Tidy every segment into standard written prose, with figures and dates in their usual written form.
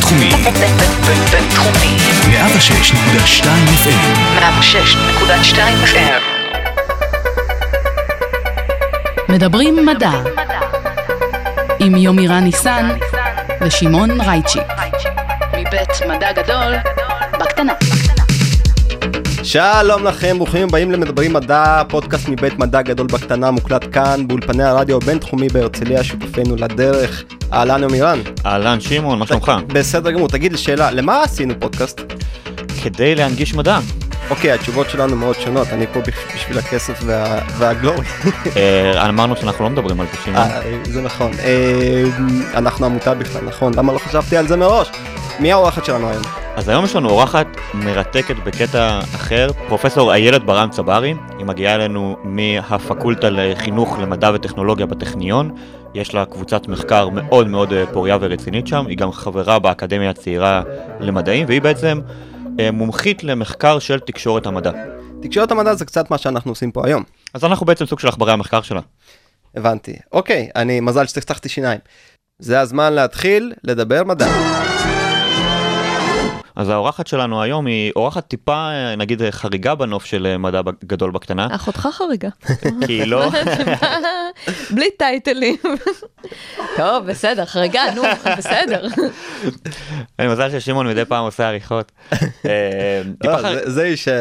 בינתחומי. בינתחומי. 106.2 FM. 106.2 FM. מדברים מדע. עם יומירן ניסן ושמעון רייצ'י. מבית מדע גדול בקטנה. שלום לכם, ברוכים הבאים למדברים מדע, פודקאסט מבית מדע גדול בקטנה, מוקלט כאן באולפני הרדיו בינתחומי בהרצליה, שותפינו לדרך. אהלן יומירן. אהלן שמעון, מה שלומך? בסדר גמור, תגיד לי שאלה, למה עשינו פודקאסט? כדי להנגיש מדע. אוקיי, התשובות שלנו מאוד שונות, אני פה בשביל הכסף והגלורי. אמרנו שאנחנו לא מדברים על זה, שמעון. זה נכון, אנחנו עמותה בכלל, נכון, למה לא חשבתי על זה מראש? מי האורחת שלנו היום? אז היום יש לנו אורחת מרתקת בקטע אחר, פרופסור איילת ברם צברי, היא מגיעה אלינו מהפקולטה לחינוך למדע וטכנולוגיה בטכניון, יש לה קבוצת מחקר מאוד מאוד פוריה ורצינית שם, היא גם חברה באקדמיה הצעירה למדעים, והיא בעצם מומחית למחקר של תקשורת המדע. תקשורת המדע זה קצת מה שאנחנו עושים פה היום. אז אנחנו בעצם סוג של עכברי המחקר שלה. הבנתי. אוקיי, מזל שצריכתי שיניים. זה הזמן להתחיל לדבר מדע. אז האורחת שלנו היום היא אורחת טיפה, נגיד, חריגה בנוף של מדע גדול בקטנה. אחותך חריגה. כי היא לא... בלי טייטלים. טוב, בסדר, חריגה, נו, בסדר. אני מזל ששימון מדי פעם עושה עריכות. זה יישאר.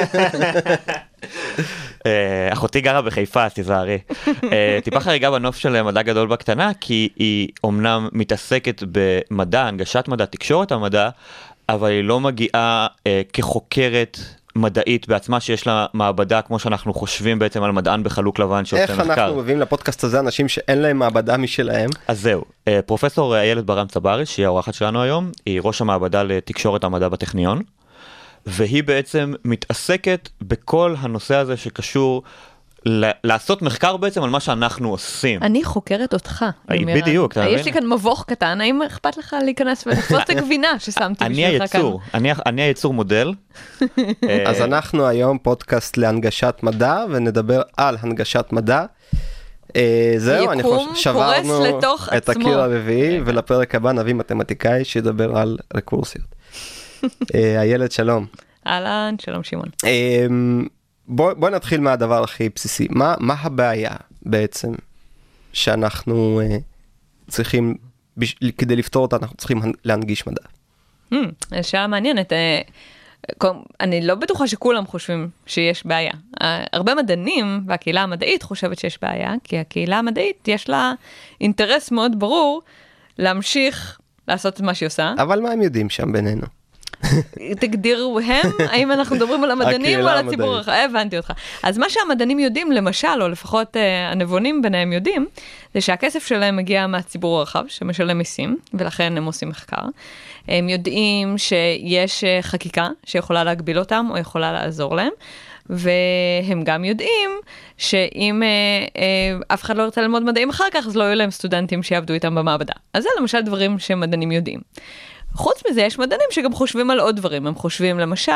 אחותי גרה בחיפה, תיזהרי. טיפה חריגה בנוף של מדע גדול בקטנה, כי היא אומנם מתעסקת במדע, הנגשת מדע, תקשורת המדע, אבל היא לא מגיעה כחוקרת מדעית בעצמה, שיש לה מעבדה, כמו שאנחנו חושבים בעצם על מדען בחלוק לבן שעושה מחקר. איך אנחנו מביאים לפודקאסט הזה אנשים שאין להם מעבדה משלהם? אז זהו, פרופסור איילת ברם צברי, שהיא האורחת שלנו היום, היא ראש המעבדה לתקשורת המדע בטכניון, והיא בעצם מתעסקת בכל הנושא הזה שקשור לעשות מחקר בעצם על מה שאנחנו עושים. אני חוקרת אותך. בדיוק, אתה מבין? יש לי כאן מבוך קטן, האם אכפת לך להיכנס ולתפוס את הגבינה ששמתי בשבילך כאן? אני היצור מודל. אז אנחנו היום פודקאסט להנגשת מדע, ונדבר על הנגשת מדע. זהו, אני חושב, שברנו את הקיר הרביעי, ולפרק הבא נביא מתמטיקאי שידבר על רקורסיות. איילת, שלום. אהלן, שלום שמעון. בוא נתחיל מהדבר הכי בסיסי. מה הבעיה בעצם שאנחנו צריכים, כדי לפתור אותה, אנחנו צריכים להנגיש מדע? שאלה מעניינת. אני לא בטוחה שכולם חושבים שיש בעיה. הרבה מדענים והקהילה המדעית חושבת שיש בעיה, כי הקהילה המדעית יש לה אינטרס מאוד ברור להמשיך לעשות את מה שהיא עושה. אבל מה הם יודעים שם בינינו? תגדירו הם, האם אנחנו מדברים על המדענים או על הציבור הרחב? הבנתי אותך. אז מה שהמדענים יודעים, למשל, או לפחות הנבונים ביניהם יודעים, זה שהכסף שלהם מגיע מהציבור הרחב, שמשלם מיסים, ולכן הם עושים מחקר. הם יודעים שיש חקיקה שיכולה להגביל אותם, או יכולה לעזור להם, והם גם יודעים שאם אף אחד לא ירצה ללמוד מדעים אחר כך, אז לא יהיו להם סטודנטים שיעבדו איתם במעבדה. אז זה למשל דברים שמדענים יודעים. חוץ מזה, יש מדענים שגם חושבים על עוד דברים. הם חושבים, למשל,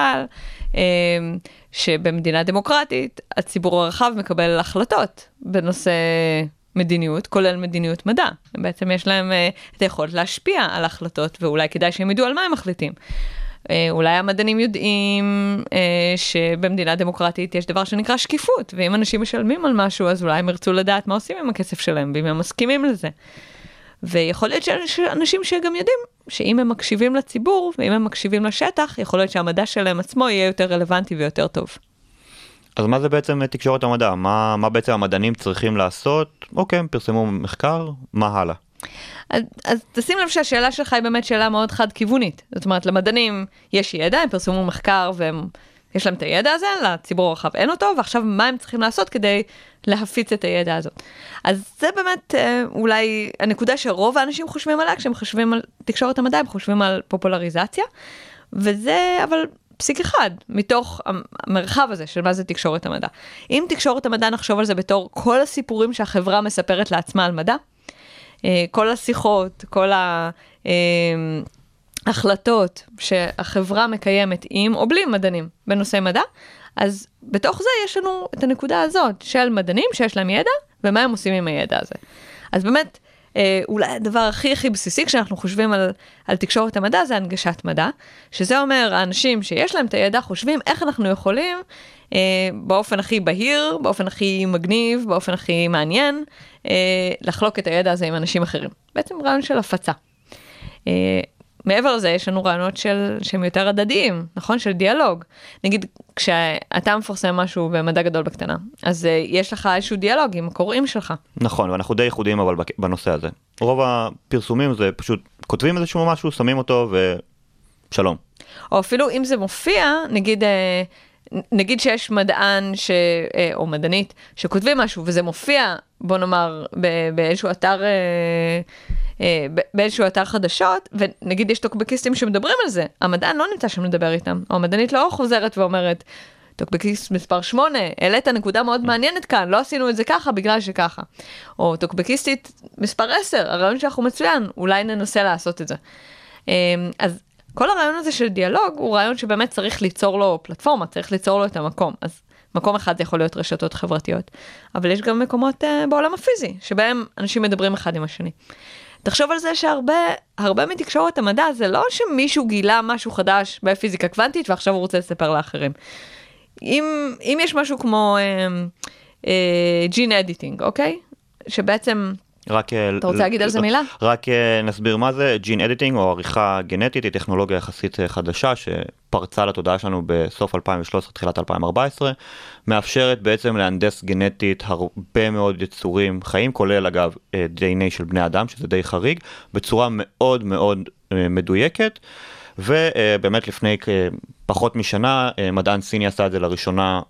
שבמדינה דמוקרטית, הציבור הרחב מקבל החלטות בנושא מדיניות, כולל מדיניות מדע. בעצם יש להם את היכולת להשפיע על החלטות, ואולי כדאי שהם ידעו על מה הם מחליטים. אולי המדענים יודעים שבמדינה דמוקרטית יש דבר שנקרא שקיפות, ואם אנשים משלמים על משהו, אז אולי הם ירצו לדעת מה עושים עם הכסף שלהם, ואם הם מסכימים לזה. ויכול להיות שאנשים שגם יודעים שאם הם מקשיבים לציבור, ואם הם מקשיבים לשטח, יכול להיות שהמדע שלהם עצמו יהיה יותר רלוונטי ויותר טוב. אז מה זה בעצם תקשורת המדע? מה בעצם המדענים צריכים לעשות? אוקיי, הם פרסמו מחקר, מה הלאה? אז תשים לב שהשאלה שלך היא באמת שאלה מאוד חד-כיוונית. זאת אומרת, למדענים יש ידע, הם פרסמו מחקר ויש להם את הידע הזה, לציבור הרחב אין אותו, ועכשיו מה הם צריכים לעשות כדי להפיץ את הידע הזאת. אז זה באמת אולי הנקודה שרוב האנשים חושבים עליה, כשהם חושבים על תקשורת המדע, הם חושבים על פופולריזציה, וזה אבל פסיק אחד מתוך המרחב הזה של מה זה תקשורת המדע. אם תקשורת המדע נחשוב על זה בתור כל הסיפורים שהחברה מספרת לעצמה על מדע, כל השיחות, כל ההחלטות שהחברה מקיימת עם או בלי מדענים בנושא מדע, אז בתוך זה יש לנו את הנקודה הזאת של מדענים שיש להם ידע, ומה הם עושים עם הידע הזה. אז באמת, אולי הדבר הכי בסיסי כשאנחנו חושבים על תקשורת המדע זה הנגשת מדע, שזה אומר האנשים שיש להם את הידע חושבים איך אנחנו יכולים באופן הכי בהיר, באופן הכי מגניב, באופן הכי מעניין, לחלוק את הידע הזה עם אנשים אחרים. בעצם רעיון של הפצה. מעבר לזה, יש לנו רעיונות שהם יותר הדדיים, נכון? של דיאלוג. נגיד, כשאתה מפרסם משהו במדע גדול בקטנה, אז יש לך איזשהו דיאלוג עם הקוראים שלך. נכון, ואנחנו די ייחודיים אבל בנושא הזה. רוב הפרסומים זה פשוט כותבים איזשהו משהו, שמים אותו ושלום. או אפילו אם זה מופיע, נגיד שיש מדען או מדענית שכותבים משהו וזה מופיע, בוא נאמר, באיזשהו אתר חדשות, ונגיד יש טוקבקיסטים שמדברים על זה, המדען לא נמצא שם לדבר איתם, או המדענית לא חוזרת ואומרת, טוקבקיסט מספר 8, העלית נקודה מאוד מעניינת כאן, לא עשינו את זה ככה בגלל שככה. או טוקבקיסטית מספר 10, הרעיון שאנחנו מצוין, אולי ננסה לעשות את זה. אז כל הרעיון הזה של דיאלוג הוא רעיון שבאמת צריך ליצור לו פלטפורמה, צריך ליצור לו את המקום. אז מקום אחד זה יכול להיות רשתות חברתיות, אבל יש גם מקומות בעולם הפיזי, שבהם אנשים מדברים אחד עם השני. תחשוב על זה שהרבה מתקשורת המדע, זה לא שמישהו גילה משהו חדש בפיזיקה קוונטית, ועכשיו הוא רוצה לספר לאחרים. אם יש משהו כמו ג'ין אדיטינג, אוקיי? שבעצם... אתה רוצה להגיד על זה מילה? רק נסביר מה זה. ג'ין אדיטינג או עריכה גנטית היא טכנולוגיה יחסית חדשה שפרצה לתודעה שלנו בסוף 2013, תחילת 2014, מאפשרת בעצם להנדס גנטית הרבה מאוד יצורים חיים, כולל אגב DNA של בני אדם, שזה די חריג, בצורה מאוד מאוד מדויקת, ובאמת לפני פחות משנה מדען סיני עשה את זה לראשונה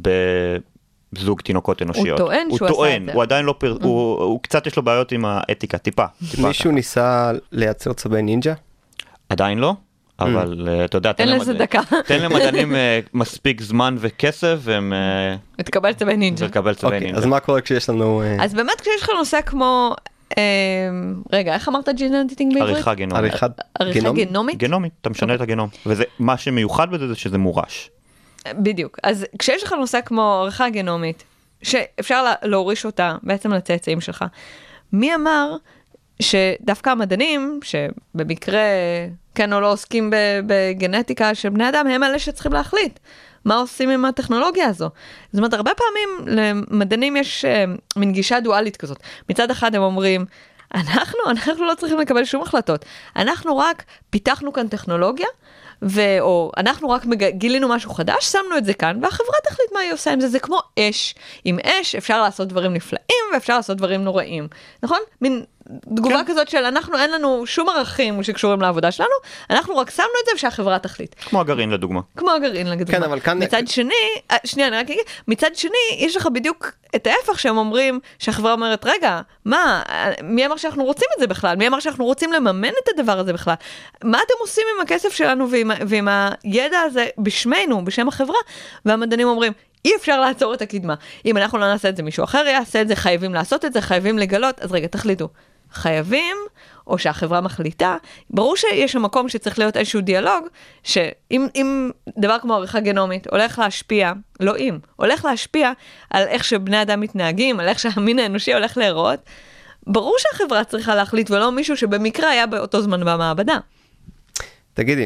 זוג תינוקות אנושיות. הוא טוען שהוא עשה את זה. הוא עדיין לא הוא קצת יש לו בעיות עם האתיקה, טיפה. מישהו ניסה לייצר צבי נינג'ה? עדיין לא, אבל אתה יודע, תן לזה דקה. תן למדענים מספיק זמן וכסף, והם... תקבל צבי נינג'ה. אז מה קורה כשיש לנו... אז באמת כשיש לך נושא כמו... רגע, איך אמרת ג'ין אדיטינג בעברית? עריכה גנומית. עריכה גנומית? גנומית, אתה משנה את הגנום. וזה מה שמיוחד בזה זה שזה מורש. בדיוק. אז כשיש לך נושא כמו עריכה גנומית, שאפשר להוריש אותה בעצם לצאצאים שלך, מי אמר שדווקא המדענים, שבמקרה כן או לא עוסקים בגנטיקה של בני אדם, הם אלה שצריכים להחליט מה עושים עם הטכנולוגיה הזו. זאת אומרת, הרבה פעמים למדענים יש מין גישה דואלית כזאת. מצד אחד הם אומרים, אנחנו לא צריכים לקבל שום החלטות. אנחנו רק פיתחנו כאן טכנולוגיה, או אנחנו רק גילינו משהו חדש, שמנו את זה כאן, והחברה תחליט מה היא עושה עם זה. זה כמו אש. עם אש אפשר לעשות דברים נפלאים, ואפשר לעשות דברים נוראים. נכון? מין תגובה כזאת של אנחנו, אין לנו שום ערכים שקשורים לעבודה שלנו, אנחנו רק שמנו את זה ושהחברה תחליט. כמו הגרעין לדוגמה. כמו הגרעין לדוגמה. כן, אבל כאן... מצד שני, אני רק אגיד, מצד שני, יש לך בדיוק את ההפך שהם אומרים, שהחברה אומרת, רגע, מה, מי אמר שאנחנו רוצים את זה בכלל? מי אמר שאנחנו רוצים לממן את הדבר הזה בכלל? מה אתם עושים עם הכסף שלנו ועם הידע הזה בשמנו, בשם החברה? והמדענים אומרים, אי אפשר לעצור את הקדמה. אם אנחנו לא נעשה את זה, מישהו אחר יעשה את זה, חייבים לעשות את זה, חייבים לגלות. אז רגע, תחליטו. חייבים, או שהחברה מחליטה. ברור שיש המקום שצריך להיות איזשהו דיאלוג, שאם דבר כמו עריכה גנומית הולך להשפיע, לא אם, הולך להשפיע על איך שבני אדם מתנהגים, על איך שהמין האנושי הולך להיראות, ברור שהחברה צריכה להחליט, ולא מישהו שבמקרה היה באותו זמן במעבדה. תגידי,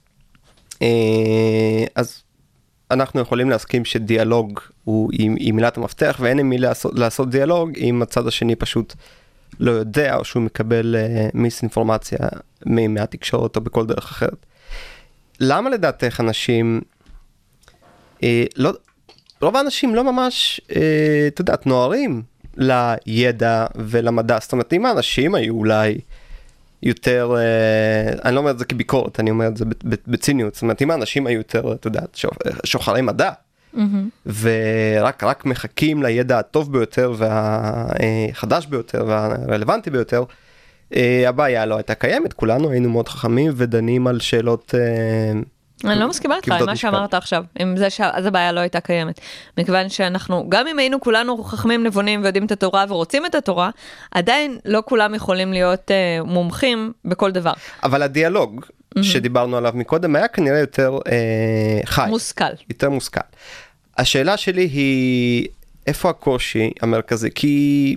אז אנחנו יכולים להסכים שדיאלוג היא מילת המפתח, ואין עם מי לעשות דיאלוג, אם הצד השני פשוט לא יודע, או שהוא מקבל מיסאינפורמציה מהתקשורת או בכל דרך אחרת. למה לדעתך אנשים, רוב האנשים לא ממש, אתה יודעת, נוערים לידע ולמדע. זאת אומרת, אם האנשים היו אולי יותר, אני לא אומר את זה כביקורת, אני אומר את זה בציניות. זאת אומרת, אם האנשים היו יותר, אתה יודעת, שוחרי מדע, ורק מחכים לידע הטוב ביותר והחדש ביותר והרלוונטי ביותר, הבעיה לא הייתה קיימת, כולנו היינו מאוד חכמים ודנים על שאלות. אני לא מסכימה איתך עם מה שאמרת עכשיו, עם זה אז הבעיה לא הייתה קיימת, מכיוון שאנחנו, גם אם היינו כולנו חכמים נבונים ויודעים את התורה ורוצים את התורה, עדיין לא כולם יכולים להיות מומחים בכל דבר. אבל הדיאלוג שדיברנו עליו מקודם היה כנראה יותר חי. מושכל. יותר מושכל. השאלה שלי היא, איפה הקושי המרכזי? כי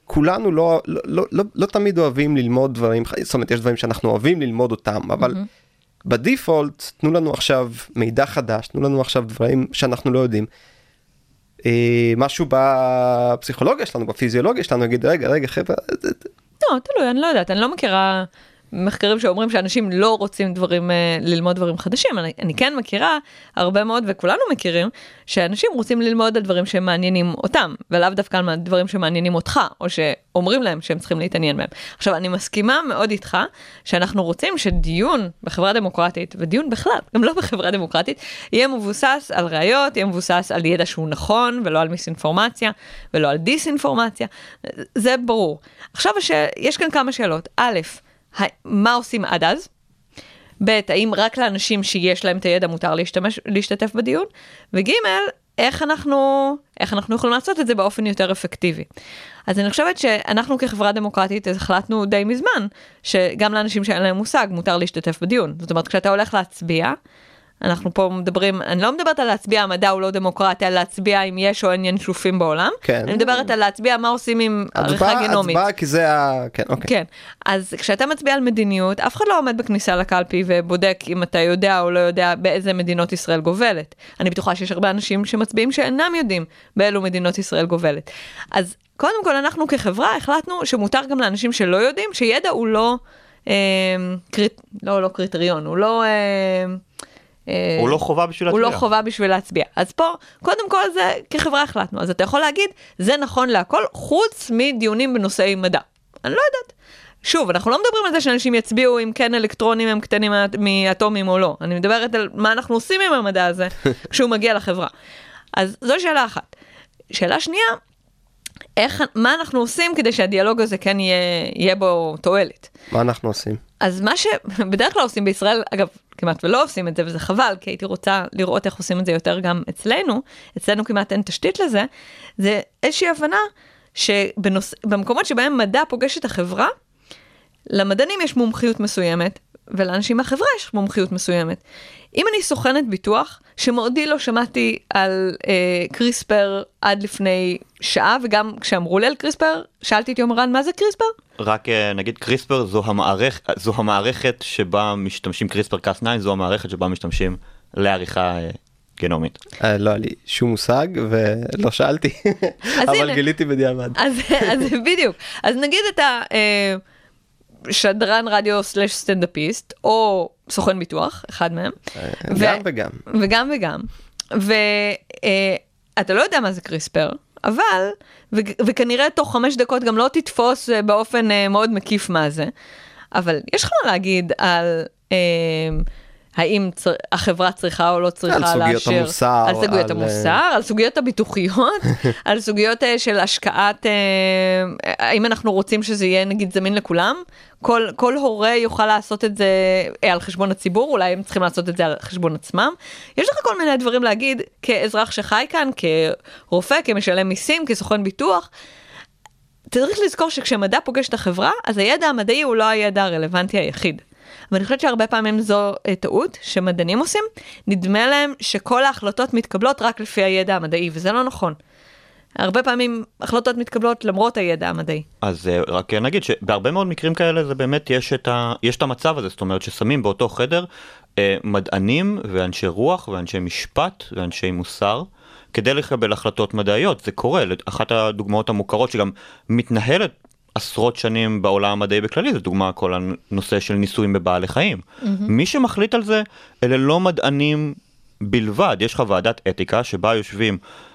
כולנו לא תמיד אוהבים ללמוד דברים, זאת אומרת, יש דברים שאנחנו אוהבים ללמוד אותם, אבל בדיפולט, תנו לנו עכשיו מידע חדש, תנו לנו עכשיו דברים שאנחנו לא יודעים. משהו בפסיכולוגיה שלנו, בפיזיולוגיה שלנו, נגיד, רגע, חבר'ה. לא, תלוי, אני לא יודעת, אני לא מכירה מחקרים שאומרים שאנשים לא רוצים ללמוד דברים חדשים. אני כן מכירה הרבה מאוד, וכולנו מכירים, שאנשים רוצים ללמוד על דברים שמעניינים אותם, ולאו דווקא על דברים שמעניינים אותך, או שאומרים להם שהם צריכים להתעניין בהם. עכשיו, אני מסכימה מאוד איתך, שאנחנו רוצים שדיון בחברה דמוקרטית, ודיון בכלל, גם לא בחברה דמוקרטית, יהיה מבוסס על ראיות, יהיה מבוסס על ידע שהוא נכון, ולא על מיסאינפורמציה, ולא על דיסאינפורמציה. זה ברור. עכשיו, יש כאן כמה שאלות. א', מה עושים עד אז? ב', האם רק לאנשים שיש להם את הידע מותר להשתתף בדיון? וג', איך אנחנו יכולים לעשות את זה באופן יותר אפקטיבי? אז אני חושבת שאנחנו כחברה דמוקרטית החלטנו די מזמן, שגם לאנשים שאין להם מושג מותר להשתתף בדיון. זאת אומרת, כשאתה הולך להצביע, אנחנו פה מדברים, אני לא מדברת על להצביע המדע הוא לא דמוקרטיה, על להצביע אם יש או אין ינשופים בעולם. כן. אני מדברת על להצביע מה עושים עם עריכה גנומית. הצבעה כי זה כן, אוקיי. כן. אז כשאתה מצביע על מדיניות, אף אחד לא עומד בכניסה לקלפי ובודק אם אתה יודע או לא יודע באיזה מדינות ישראל גובלת. אני בטוחה שיש הרבה אנשים שמצביעים שאינם יודעים באילו מדינות ישראל גובלת. אז קודם כל אנחנו כחברה החלטנו שמותר גם לאנשים שלא יודעים, שידע הוא לא קריטריון, הוא לא חובה בשביל להצביע. הוא לא חובה בשביל להצביע. אז פה, קודם כל זה כחברה החלטנו. אז אתה יכול להגיד, זה נכון להכל, חוץ מדיונים בנושאי מדע. אני לא יודעת. שוב, אנחנו לא מדברים על זה שאנשים יצביעו אם כן אלקטרונים הם קטנים מאטומים או לא. אני מדברת על מה אנחנו עושים עם המדע הזה, כשהוא מגיע לחברה. אז זו שאלה אחת. שאלה שנייה, מה אנחנו עושים כדי שהדיאלוג הזה כן יהיה בו תועלת? מה אנחנו עושים? אז מה שבדרך כלל עושים בישראל, אגב, כמעט ולא עושים את זה, וזה חבל, כי הייתי רוצה לראות איך עושים את זה יותר גם אצלנו כמעט אין תשתית לזה, זה איזושהי הבנה שבמקומות שבהם מדע פוגש את החברה, למדענים יש מומחיות מסוימת, ולאנשים מהחברה יש מומחיות מסוימת. אם אני סוכנת ביטוח, שמאודי לא שמעתי על קריספר עד לפני שעה, וגם כשאמרו לי על קריספר, שאלתי את יומרן, מה זה קריספר? רק נגיד קריספר זו המערכת שבה משתמשים, קריספר קאס 9 זו המערכת שבה משתמשים לעריכה גנומית. לא היה לי שום מושג ולא שאלתי, אבל גיליתי בדיעבד. אז בדיוק, אז נגיד אתה שדרן רדיו סלש סטנדאפיסט, או סוכן ביטוח, אחד מהם. גם וגם. וגם וגם. ואתה לא יודע מה זה קריספר, אבל, וכנראה תוך 5 דקות גם לא תתפוס באופן מאוד מקיף מה זה, אבל יש לך מה להגיד על האם החברה צריכה או לא צריכה להשאיר, על סוגיות המוסר, על סוגיות הביטוחיות, על סוגיות של השקעת, האם אנחנו רוצים שזה יהיה נגיד זמין לכולם, כל הורה יוכל לעשות את זה על חשבון הציבור, אולי הם צריכים לעשות את זה על חשבון עצמם. יש לך כל מיני דברים להגיד כאזרח שחי כאן, כרופא, כמשלם מיסים, כסוכן ביטוח. צריך לזכור שכשמדע פוגש את החברה, אז הידע המדעי הוא לא הידע הרלוונטי היחיד. ואני חושבת שהרבה פעמים זו טעות שמדענים עושים, נדמה להם שכל ההחלטות מתקבלות רק לפי הידע המדעי, וזה לא נכון. הרבה פעמים החלטות מתקבלות למרות הידע המדעי. אז רק נגיד שבהרבה מאוד מקרים כאלה זה באמת יש את המצב הזה, זאת אומרת ששמים באותו חדר מדענים ואנשי רוח ואנשי משפט ואנשי מוסר, כדי לקבל החלטות מדעיות. זה קורה, אחת הדוגמאות המוכרות שגם מתנהלת עשרות שנים בעולם המדעי בכללי, זו דוגמה כל הנושא של ניסויים בבעלי חיים. מי שמחליט על זה, אלה לא מדענים בלבד. יש לך ועדת אתיקה שבה יושבים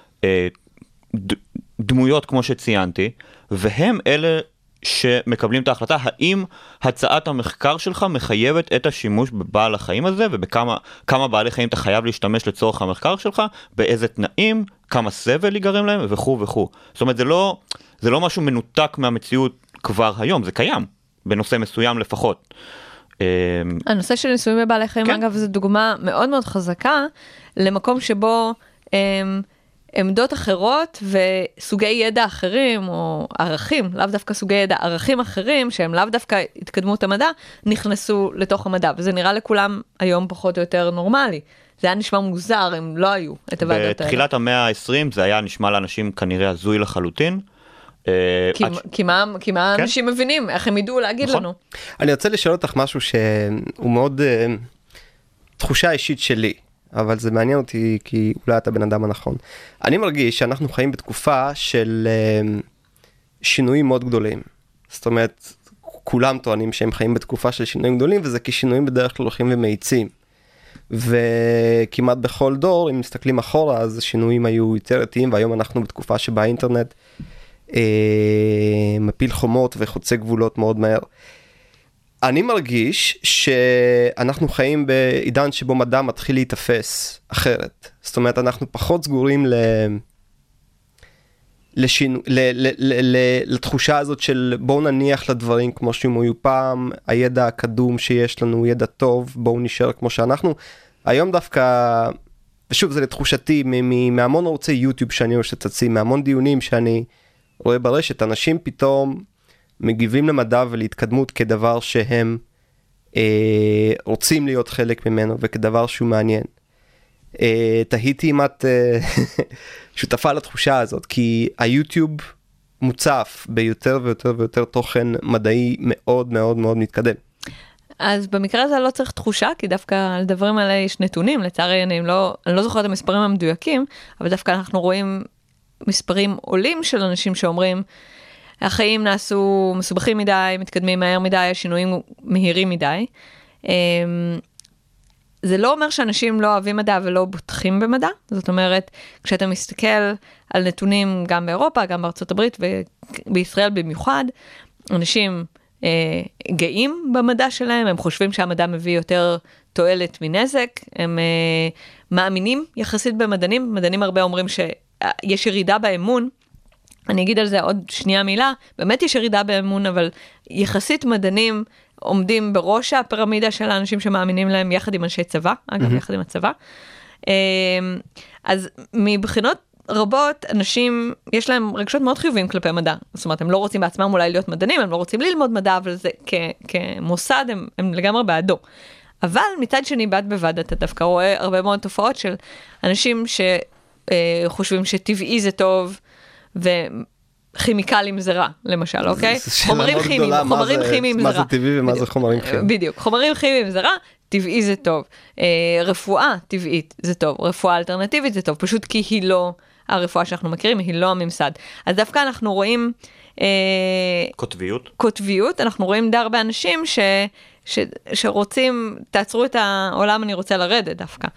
דמויות כמו שציינתי, והם אלה שמקבלים את ההחלטה, האם הצעת המחקר שלך מחייבת את השימוש בבעל החיים הזה, ובכמה בעלי חיים אתה חייב להשתמש לצורך המחקר שלך, באיזה תנאים, כמה סבל ייגרם להם, וכו' וכו'. זאת אומרת, זה לא משהו מנותק מהמציאות כבר היום, זה קיים, בנושא מסוים לפחות. הנושא של ניסויים בבעלי חיים, אגב, זו דוגמה מאוד מאוד חזקה, למקום שבו עמדות אחרות וסוגי ידע אחרים, או ערכים, לאו דווקא סוגי ידע, ערכים אחרים, שהם לאו דווקא התקדמות המדע, נכנסו לתוך המדע, וזה נראה לכולם היום פחות או יותר נורמלי. זה היה נשמע מוזר, הם לא היו את הוועדות האלה. בתחילת המאה ה-20 זה היה נשמע לאנשים כנראה הזוי לחלוטין, כי מה אנשים מבינים, איך הם ידעו להגיד לנו. אני רוצה לשאול אותך משהו שהוא מאוד תחושה אישית שלי, אבל זה מעניין אותי כי אולי אתה בן אדם הנכון. אני מרגיש שאנחנו חיים בתקופה של שינויים מאוד גדולים. זאת אומרת, כולם טוענים שהם חיים בתקופה של שינויים גדולים, וזה כי שינויים בדרך כלל הולכים ומאיצים. וכמעט בכל דור, אם מסתכלים אחורה, אז השינויים היו יותר איטיים, והיום אנחנו בתקופה שבה האינטרנט מפיל חומות וחוצה גבולות מאוד מהר. אני מרגיש שאנחנו חיים בעידן שבו מדע מתחיל להתאפס אחרת. זאת אומרת, אנחנו פחות סגורים לתחושה הזאת של בואו נניח לדברים כמו שהם היו פעם, הידע הקדום שיש לנו, ידע טוב, בואו נשאר כמו שאנחנו. היום דווקא, ושוב זה לתחושתי, מהמון ערוצי יוטיוב שאני רואה שתצאים, מהמון דיונים שאני רואה ברשת, אנשים פתאום מגיבים למדע ולהתקדמות כדבר שהם רוצים להיות חלק ממנו וכדבר שהוא מעניין. תהיתי אם את שותפה לתחושה הזאת, כי היוטיוב מוצף ביותר ויותר ויותר תוכן מדעי מאוד מאוד מאוד מתקדם. אז במקרה הזה לא צריך תחושה, כי דווקא על דברים האלה יש נתונים, לצערי אני לא זוכרת את המספרים המדויקים, אבל דווקא אנחנו רואים מספרים עולים של אנשים שאומרים, החיים נעשו מסובכים מדי, מתקדמים מהר מדי, השינויים מהירים מדי. זה לא אומר שאנשים לא אוהבים מדע ולא בוטחים במדע, זאת אומרת, כשאתה מסתכל על נתונים גם באירופה, גם בארצות הברית ובישראל במיוחד, אנשים גאים במדע שלהם, הם חושבים שהמדע מביא יותר תועלת מנזק, הם מאמינים יחסית במדענים, מדענים הרבה אומרים שיש ירידה באמון, אני אגיד על זה עוד שנייה מילה, באמת יש ירידה באמון, אבל יחסית מדענים עומדים בראש הפירמידה של האנשים שמאמינים להם יחד עם אנשי צבא, אגב, יחד עם הצבא. אז מבחינות רבות, אנשים, יש להם רגשות מאוד חיוביים כלפי מדע. זאת אומרת, הם לא רוצים בעצמם אולי להיות מדענים, הם לא רוצים ללמוד מדע, אבל זה כמוסד, הם לגמרי בעדו. אבל מצד שני, בד בבד, אתה דווקא רואה הרבה מאוד תופעות של אנשים שחושבים שטבעי זה טוב, וכימיקלים זה רע, למשל, אוקיי? חומרים כימיים זה רע. מה זה טבעי ומה זה חומרים כימיים? בדיוק, חומרים כימיים זה רע, טבעי זה טוב. רפואה טבעית זה טוב, רפואה אלטרנטיבית זה טוב, פשוט כי היא לא הרפואה שאנחנו מכירים, היא לא הממסד. אז דווקא אנחנו רואים קוטביות, אנחנו רואים די הרבה אנשים שרוצים, תעצרו את העולם, אני רוצה לרדת דווקא.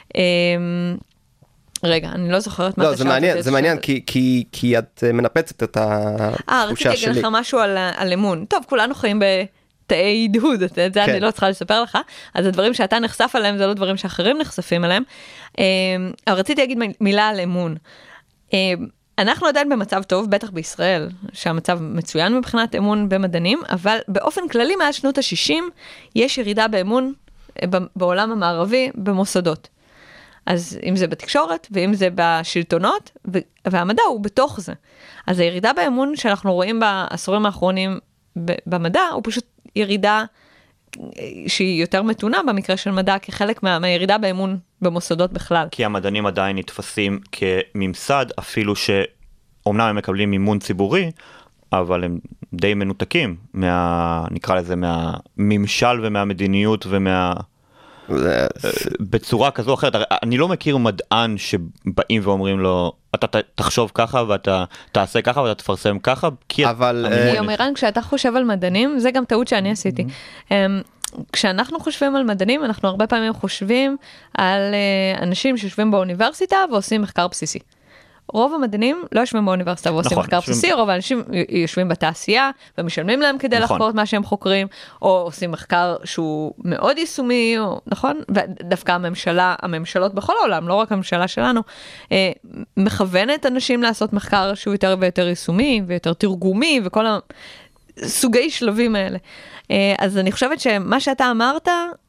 רגע, אני לא זוכרת מה אתה שאלת. זה מעניין, כי את מנפצת את התחושה שלי. רציתי להגיד לך משהו על אמון. טוב, כולנו חיים בתאי הדהוד, את זה אני לא צריכה לספר לך, אז הדברים שאתה נחשף עליהם, זה לא דברים שאחרים נחשפים עליהם. אבל רציתי להגיד מילה על אמון. אנחנו עדיין במצב טוב, בטח בישראל, שהמצב מצוין מבחינת אמון במדענים, אבל באופן כללי, מאז שנות ה-60, יש ירידה באמון בעולם המערבי במוסדות. אז אם זה בתקשורת, ואם זה בשלטונות, והמדע הוא בתוך זה. אז הירידה באמון שאנחנו רואים בעשורים האחרונים במדע, הוא פשוט ירידה שהיא יותר מתונה במקרה של מדע, כחלק מהירידה באמון במוסדות בכלל. כי המדענים עדיין נתפסים כממסד, אפילו שאומנם הם מקבלים מימון ציבורי, אבל הם די מנותקים, נקרא לזה, מהממשל ומהמדיניות בצורה כזו או אחרת. אני לא מכיר מדען שבאים ואומרים לו, אתה תחשוב ככה ואתה תעשה ככה ואתה תפרסם ככה, אבל יומירן, כשאתה חושב על מדענים, זה גם טעות שאני עשיתי. כשאנחנו חושבים על מדענים, אנחנו הרבה פעמים חושבים על אנשים שיושבים באוניברסיטה ועושים מחקר בסיסי. רוב המדענים לא יושבים באוניברסיטה ועושים מחקר בסיסי, רוב האנשים יושבים בתעשייה ומשלמים להם כדי לחקור את מה שהם חוקרים, או עושים מחקר שהוא מאוד יישומי, נכון? ודווקא הממשלות בכל העולם, לא רק הממשלה שלנו, מכוונת אנשים לעשות מחקר שהוא יותר ויותר יישומי, ויותר תרגומי, וכל הסוגי שלבים האלה. אז אני חושבת שמה שאתה אמרת,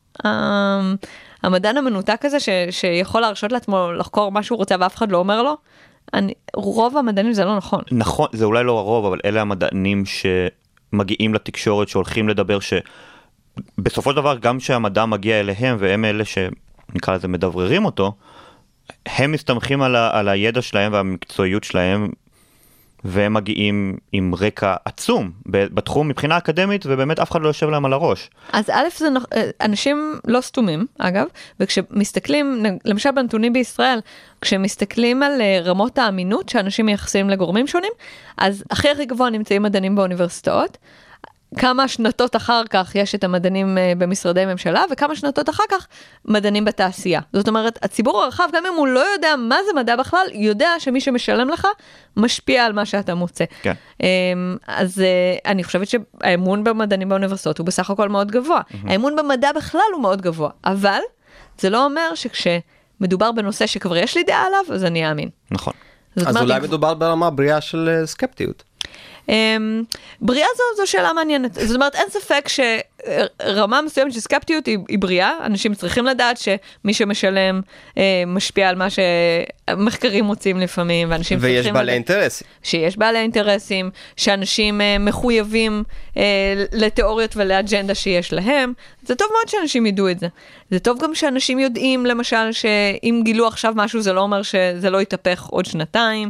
המדען המנותק הזה, שיכול להרשות לעצמו לחקור מה שהוא רוצה ואף אחד לא אומר לו, רוב המדענים זה לא נכון. נכון, זה אולי לא הרוב, אבל אלה המדענים שמגיעים לתקשורת, שהולכים לדבר, שבסופו של דבר גם שהמדע מגיע אליהם, והם אלה שנקרא לזה מדבררים אותו, הם מסתמכים על הידע שלהם והמקצועיות שלהם, והם מגיעים עם רקע עצום בתחום מבחינה אקדמית, ובאמת אף אחד לא יושב להם על הראש. אז א', אנשים לא סתומים, אגב, וכשמסתכלים, למשל בנתונים בישראל, כשמסתכלים על רמות האמינות שאנשים מייחסים לגורמים שונים, אז הכי גבוה נמצאים מדענים באוניברסיטאות, כמה שנתות אחר כך יש את המדענים במשרדי ממשלה, וכמה שנתות אחר כך מדענים בתעשייה. זאת אומרת, הציבור הרחב, גם אם הוא לא יודע מה זה מדע בכלל, יודע שמי שמשלם לך, משפיע על מה שאתה מוצא. כן. אז אני חושבת שהאמון במדענים באוניברסיטאות הוא בסך הכל מאוד גבוה. האמון במדע בכלל הוא מאוד גבוה, אבל זה לא אומר שכשמדובר בנושא שכבר יש לי דעה עליו, אז אני אאמין. נכון. אז אולי מדובר ברמה בריאה של סקפטיות. בריאה זו שאלה מעניינת, זאת אומרת אין ספק שרמה מסוימת של סקפטיות היא בריאה, אנשים צריכים לדעת שמי שמשלם משפיע על מה שמחקרים מוצאים לפעמים, ואנשים ויש בעלי אינטרסים. שיש בעלי אינטרסים, שאנשים מחויבים לתיאוריות ולאג'נדה שיש להם, זה טוב מאוד שאנשים ידעו את זה. זה טוב גם שאנשים יודעים למשל שאם גילו עכשיו משהו זה לא אומר שזה לא יתהפך עוד שנתיים,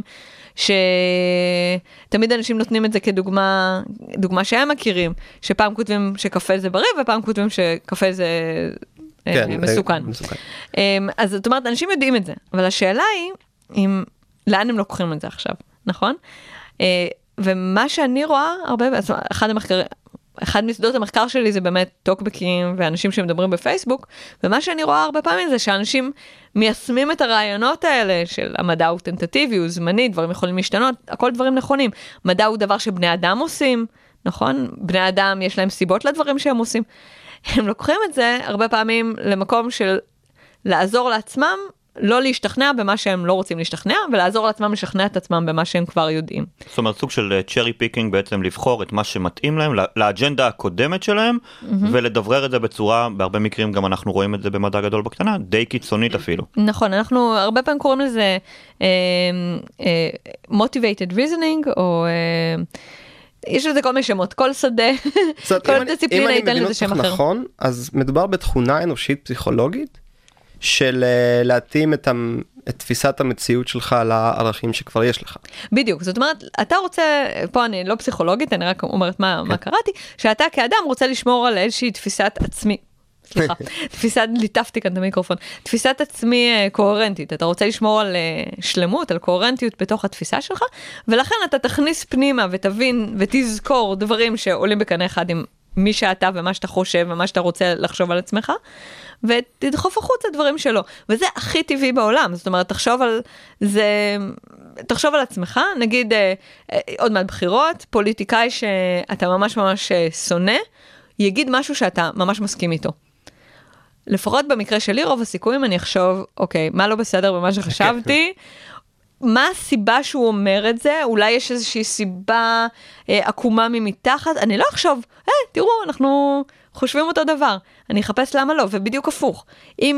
שתמיד אנשים נותנים את זה כדוגמה שהם מכירים, שפעם כותבים שקפה זה בריא, ופעם כותבים שקפה זה מסוכן. אז זאת אומרת, אנשים יודעים את זה, אבל השאלה היא, לאן הם לוקחים את זה עכשיו, נכון? ומה שאני רואה הרבה, אחד משדות המחקר שלי זה באמת טוקבקים ואנשים שמדברים בפייסבוק, ומה שאני רואה הרבה פעמים זה שאנשים מיישמים את הרעיונות האלה של המדע הוא טנטטיבי, הוא זמני, דברים יכולים להשתנות, הכל דברים נכונים. מדע הוא דבר שבני אדם עושים, נכון? בני אדם יש להם סיבות לדברים שהם עושים. הם לוקחים את זה הרבה פעמים למקום של לעזור לעצמם, לא להשתכנע במה שהם לא רוצים להשתכנע, ולעזור לעצמם לשכנע את עצמם במה שהם כבר יודעים. זאת אומרת, סוג של צ'רי פיקינג בעצם לבחור את מה שמתאים להם, לאג'נדה הקודמת שלהם, ולדברר את זה בצורה, בהרבה מקרים גם אנחנו רואים את זה במדע גדול בקטנה, די קיצונית אפילו. נכון, אנחנו הרבה פעמים קוראים לזה motivated reasoning, או יש לזה כל מיני שמות, כל שדה, כל דיסציפלינה ייתן לזה שם אחר. נכון, אז מדובר בתכונה אנושית פסיכולוגית, של להתאים את תפיסת המציאות שלך לערכים שכבר יש לך. בדיוק, זאת אומרת, אתה רוצה, פה אני לא פסיכולוגית, אני רק אומרת מה קראתי, שאתה כאדם רוצה לשמור על איזושהי תפיסת עצמי, סליחה, ליטפתי כאן את המיקרופון, תפיסת עצמי קוהרנטית, אתה רוצה לשמור על שלמות, על קוהרנטיות בתוך התפיסה שלך, ולכן אתה תכניס פנימה ותבין ותזכור דברים שעולים בקנה אחד עם מי שאתה ומה שאתה חושב ומה שאתה רוצה לחשוב על עצמך, ותדחוף החוצה דברים שלו. וזה הכי טבעי בעולם. זאת אומרת, תחשוב על עצמך, נגיד עוד מעט בחירות, פוליטיקאי שאתה ממש ממש שונא, יגיד משהו שאתה ממש מסכים איתו. לפחות במקרה שלי, רוב הסיכויים אני אחשוב, אוקיי, מה לא בסדר במה שחשבתי? מה הסיבה שהוא אומר את זה? אולי יש איזושהי סיבה עקומה ממתחת? אני לא אחשוב, תראו, אנחנו חושבים אותו דבר. אני אחפש למה לא, ובדיוק הפוך. אם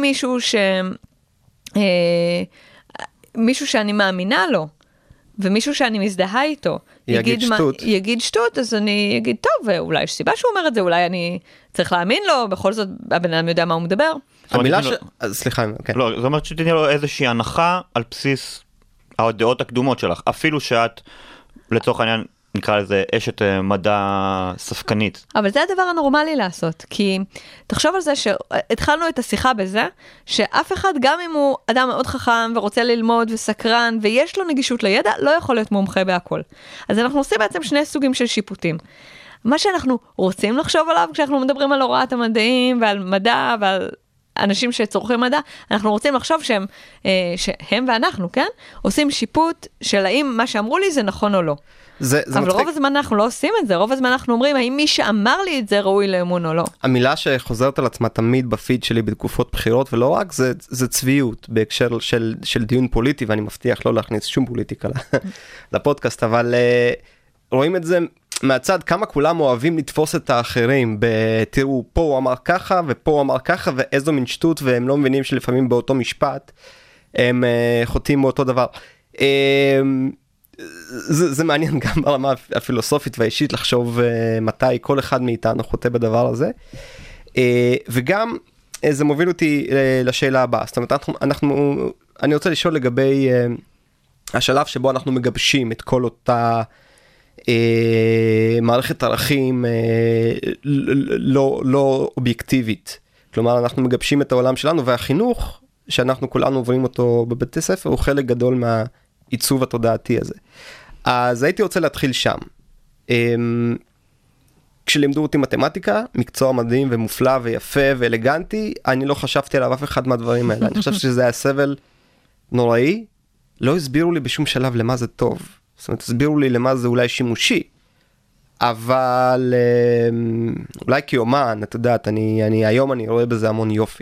מישהו שאני מאמינה לו, ומישהו שאני מזדהה איתו, יגיד שטות, אז אני אגיד, טוב, אולי יש סיבה שהוא אומר את זה, אולי אני צריך להאמין לו, בכל זאת הבן אדם יודע מה הוא מדבר. סליחה, כן. לא, זאת אומרת שתתני לו איזושהי הנחה על בסיס הדעות הקדומות שלך, אפילו שאת, לצורך העניין, נקרא לזה אשת מדע ספקנית. אבל זה הדבר הנורמלי לעשות, כי תחשוב על זה שהתחלנו את השיחה בזה, שאף אחד, גם אם הוא אדם מאוד חכם ורוצה ללמוד וסקרן, ויש לו נגישות לידע, לא יכול להיות מומחה בהכל. אז אנחנו עושים בעצם שני סוגים של שיפוטים. מה שאנחנו רוצים לחשוב עליו, כשאנחנו מדברים על הוראת המדעים ועל מדע ועל אנשים שצורכים מדע, אנחנו רוצים לחשוב שהם ואנחנו, כן? עושים שיפוט של האם מה שאמרו לי זה נכון או לא. אבל רוב הזמן אנחנו לא עושים את זה, רוב הזמן אנחנו אומרים, האם מי שאמר לי את זה ראוי לאמון או לא. המילה שחוזרת על עצמה תמיד בפיד שלי בתקופות בחירות, ולא רק, זה צביעות בהקשר של דיון פוליטי, ואני מבטיח לא להכניס שום פוליטיקה לפודקאסט, אבל רואים את זה מהצד, כמה כולם אוהבים לתפוס את האחרים, תראו, פה הוא אמר ככה, ופה הוא אמר ככה, ואיזו מין שטות, והם לא מבינים שלפעמים באותו משפט, הם חוטאים באותו דבר. זה מעניין גם ברמה הפילוסופית והאישית לחשוב מתי כל אחד מאיתנו חוטא בדבר הזה, וגם זה מוביל אותי לשאלה הבאה. זאת אומרת, אני רוצה לשאול לגבי השלב שבו אנחנו מגבשים את כל אותה מערכת ערכים לא אובייקטיבית. כלומר, אנחנו מגבשים את העולם שלנו, והחינוך שאנחנו כולנו עוברים אותו בבתי ספר, הוא חלק גדול מהעיצוב התודעתי הזה. אז הייתי רוצה להתחיל שם. כשלימדו אותי מתמטיקה, מקצוע מדהים ומופלא ויפה ואלגנטי, אני לא חשבתי עליו אף אחד מהדברים האלה. אני חושב שזה היה סבל נוראי. לא הסבירו לי בשום שלב למה זה טוב. זאת אומרת, הסבירו לי למה זה אולי שימושי. אבל אולי כאומן, את יודעת, היום אני רואה בזה המון יופי.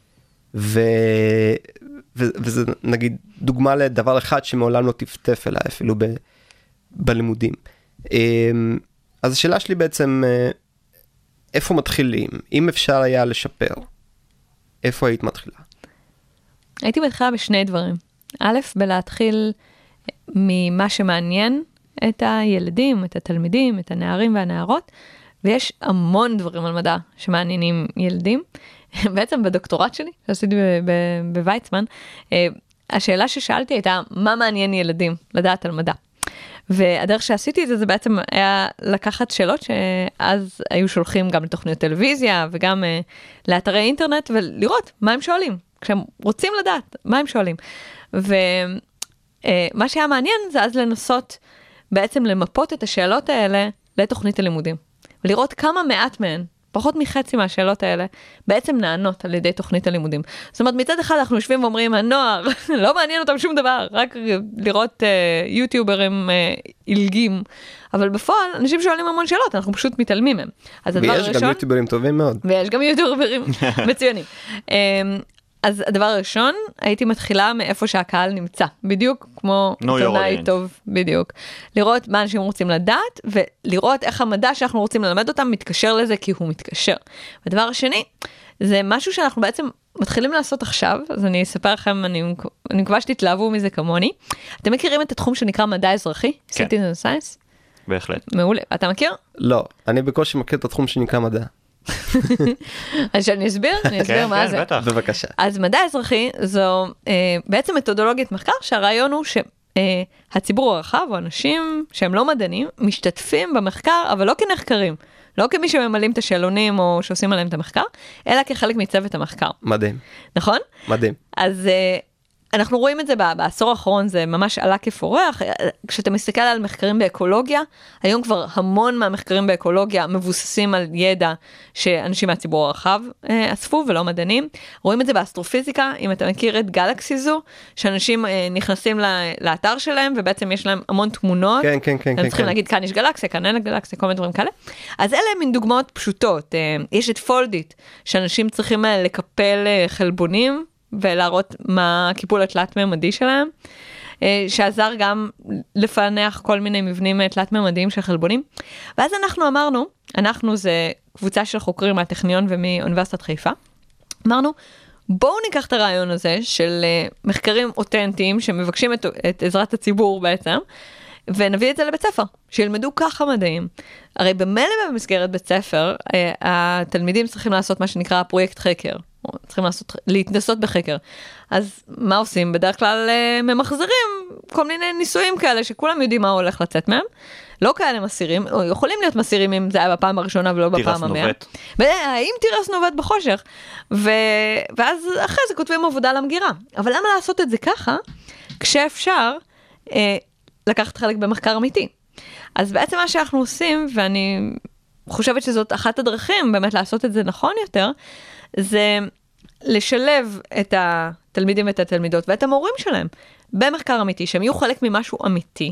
וזה נגיד דוגמה לדבר אחד שמעולם לא תפטף אליי, אפילו בלימודים. אז השאלה שלי בעצם, איפה מתחילים? אם אפשר היה לשפר, איפה היית מתחילה? הייתי מתחילה בשני דברים. א', בלהתחיל ממה שמעניין את הילדים, את התלמידים, את הנערים והנערות, ויש המון דברים על מדע שמעניינים ילדים. בעצם בדוקטורט שלי, שעשיתי בוויצמן, השאלה ששאלתי הייתה, מה מעניין ילדים לדעת על מדע? והדרך שעשיתי את זה, זה בעצם היה לקחת שאלות שאז היו שולחים גם לתוכניות טלוויזיה, וגם לאתרי אינטרנט, ולראות מה הם שואלים, כשהם רוצים לדעת מה הם שואלים. ומה שהיה מעניין זה אז לנסות בעצם למפות את השאלות האלה לתוכנית הלימודים. ולראות כמה מעט מהן, פחות מחצי מהשאלות האלה, בעצם נענות על ידי תוכנית הלימודים. זאת אומרת, מצד אחד אנחנו יושבים ואומרים, הנוער, לא מעניין אותם שום דבר, רק לראות יוטיוברים אילגים. אבל בפועל, אנשים שואלים המון שאלות, אנחנו פשוט מתעלמים מהם. ויש גם יוטיוברים טובים מאוד. ויש גם יוטיוברים מצוינים. אז הדבר הראשון, הייתי מתחילה מאיפה שהקהל נמצא, בדיוק כמו עיתונאי טוב, בדיוק. לראות מה אנשים רוצים לדעת, ולראות איך המדע שאנחנו רוצים ללמד אותם מתקשר לזה, כי הוא מתקשר. והדבר השני, זה משהו שאנחנו בעצם מתחילים לעשות עכשיו, אז אני אספר לכם, אני מקווה שתתלהבו מזה כמוני. אתם מכירים את התחום שנקרא מדע אזרחי? כן. Citizen Science? בהחלט. מעולה. אתה מכיר? לא, אני בקושי מכיר את התחום שנקרא מדע. אז שאני אסביר? אני אסביר מה זה. בטח. בבקשה. אז מדע אזרחי זו בעצם מתודולוגיית מחקר, שהרעיון הוא שהציבור הרחב, או אנשים שהם לא מדענים, משתתפים במחקר, אבל לא כנחקרים. לא כמי שממלאים את השאלונים או שעושים עליהם את המחקר, אלא כחלק מצוות המחקר. מדהים. נכון? מדהים. אז אנחנו רואים את זה בעשור האחרון, זה ממש עלה כפורח. כשאתה מסתכל על מחקרים באקולוגיה, היום כבר המון מהמחקרים באקולוגיה מבוססים על ידע שאנשים מהציבור הרחב אספו ולא מדענים. רואים את זה באסטרופיזיקה, אם אתה מכיר את גלקסי זו, שאנשים נכנסים לאתר שלהם, ובעצם יש להם המון תמונות. כן, כן, כן. הם צריכים להגיד, כאן יש גלקסיה, כאן אין גלקסיה, כל מיני דברים כאלה. אז אלה מין דוגמאות פשוטות. יש את פולדיט, שאנשים צריכים לקפל חלבונים, ולהראות מה הקיפול התלת-ממדי שלהם, שעזר גם לפענח כל מיני מבנים תלת-ממדיים של חלבונים. ואז אנחנו אמרנו, אנחנו זה קבוצה של חוקרים מהטכניון ומאוניברסיטת חיפה, אמרנו, בואו ניקח את הרעיון הזה של מחקרים אותנטיים שמבקשים את עזרת הציבור בעצם, ונביא את זה לבית ספר, שילמדו ככה מדעים. הרי במילא במסגרת בית ספר, התלמידים צריכים לעשות מה שנקרא פרויקט חקר, צריכים להתנסות בחקר. אז מה עושים? בדרך כלל ממחזרים כל מיני ניסויים כאלה שכולם יודעים מה הולך לצאת מהם. לא כאלה מסירים, או יכולים להיות מסירים אם זה היה בפעם הראשונה ולא בפעם המאה. האם תירס נובט בחושך? ואז אחרי זה כותבים עבודה למגירה. אבל למה לעשות את זה ככה? כשאפשר לקחת חלק במחקר אמיתי. אז בעצם מה שאנחנו עושים, ואני חושבת שזאת אחת הדרכים באמת לעשות את זה נכון יותר, זה לשלב את התלמידים ואת התלמידות ואת המורים שלהם במחקר אמיתי, שהם יהיו חלק ממשהו אמיתי.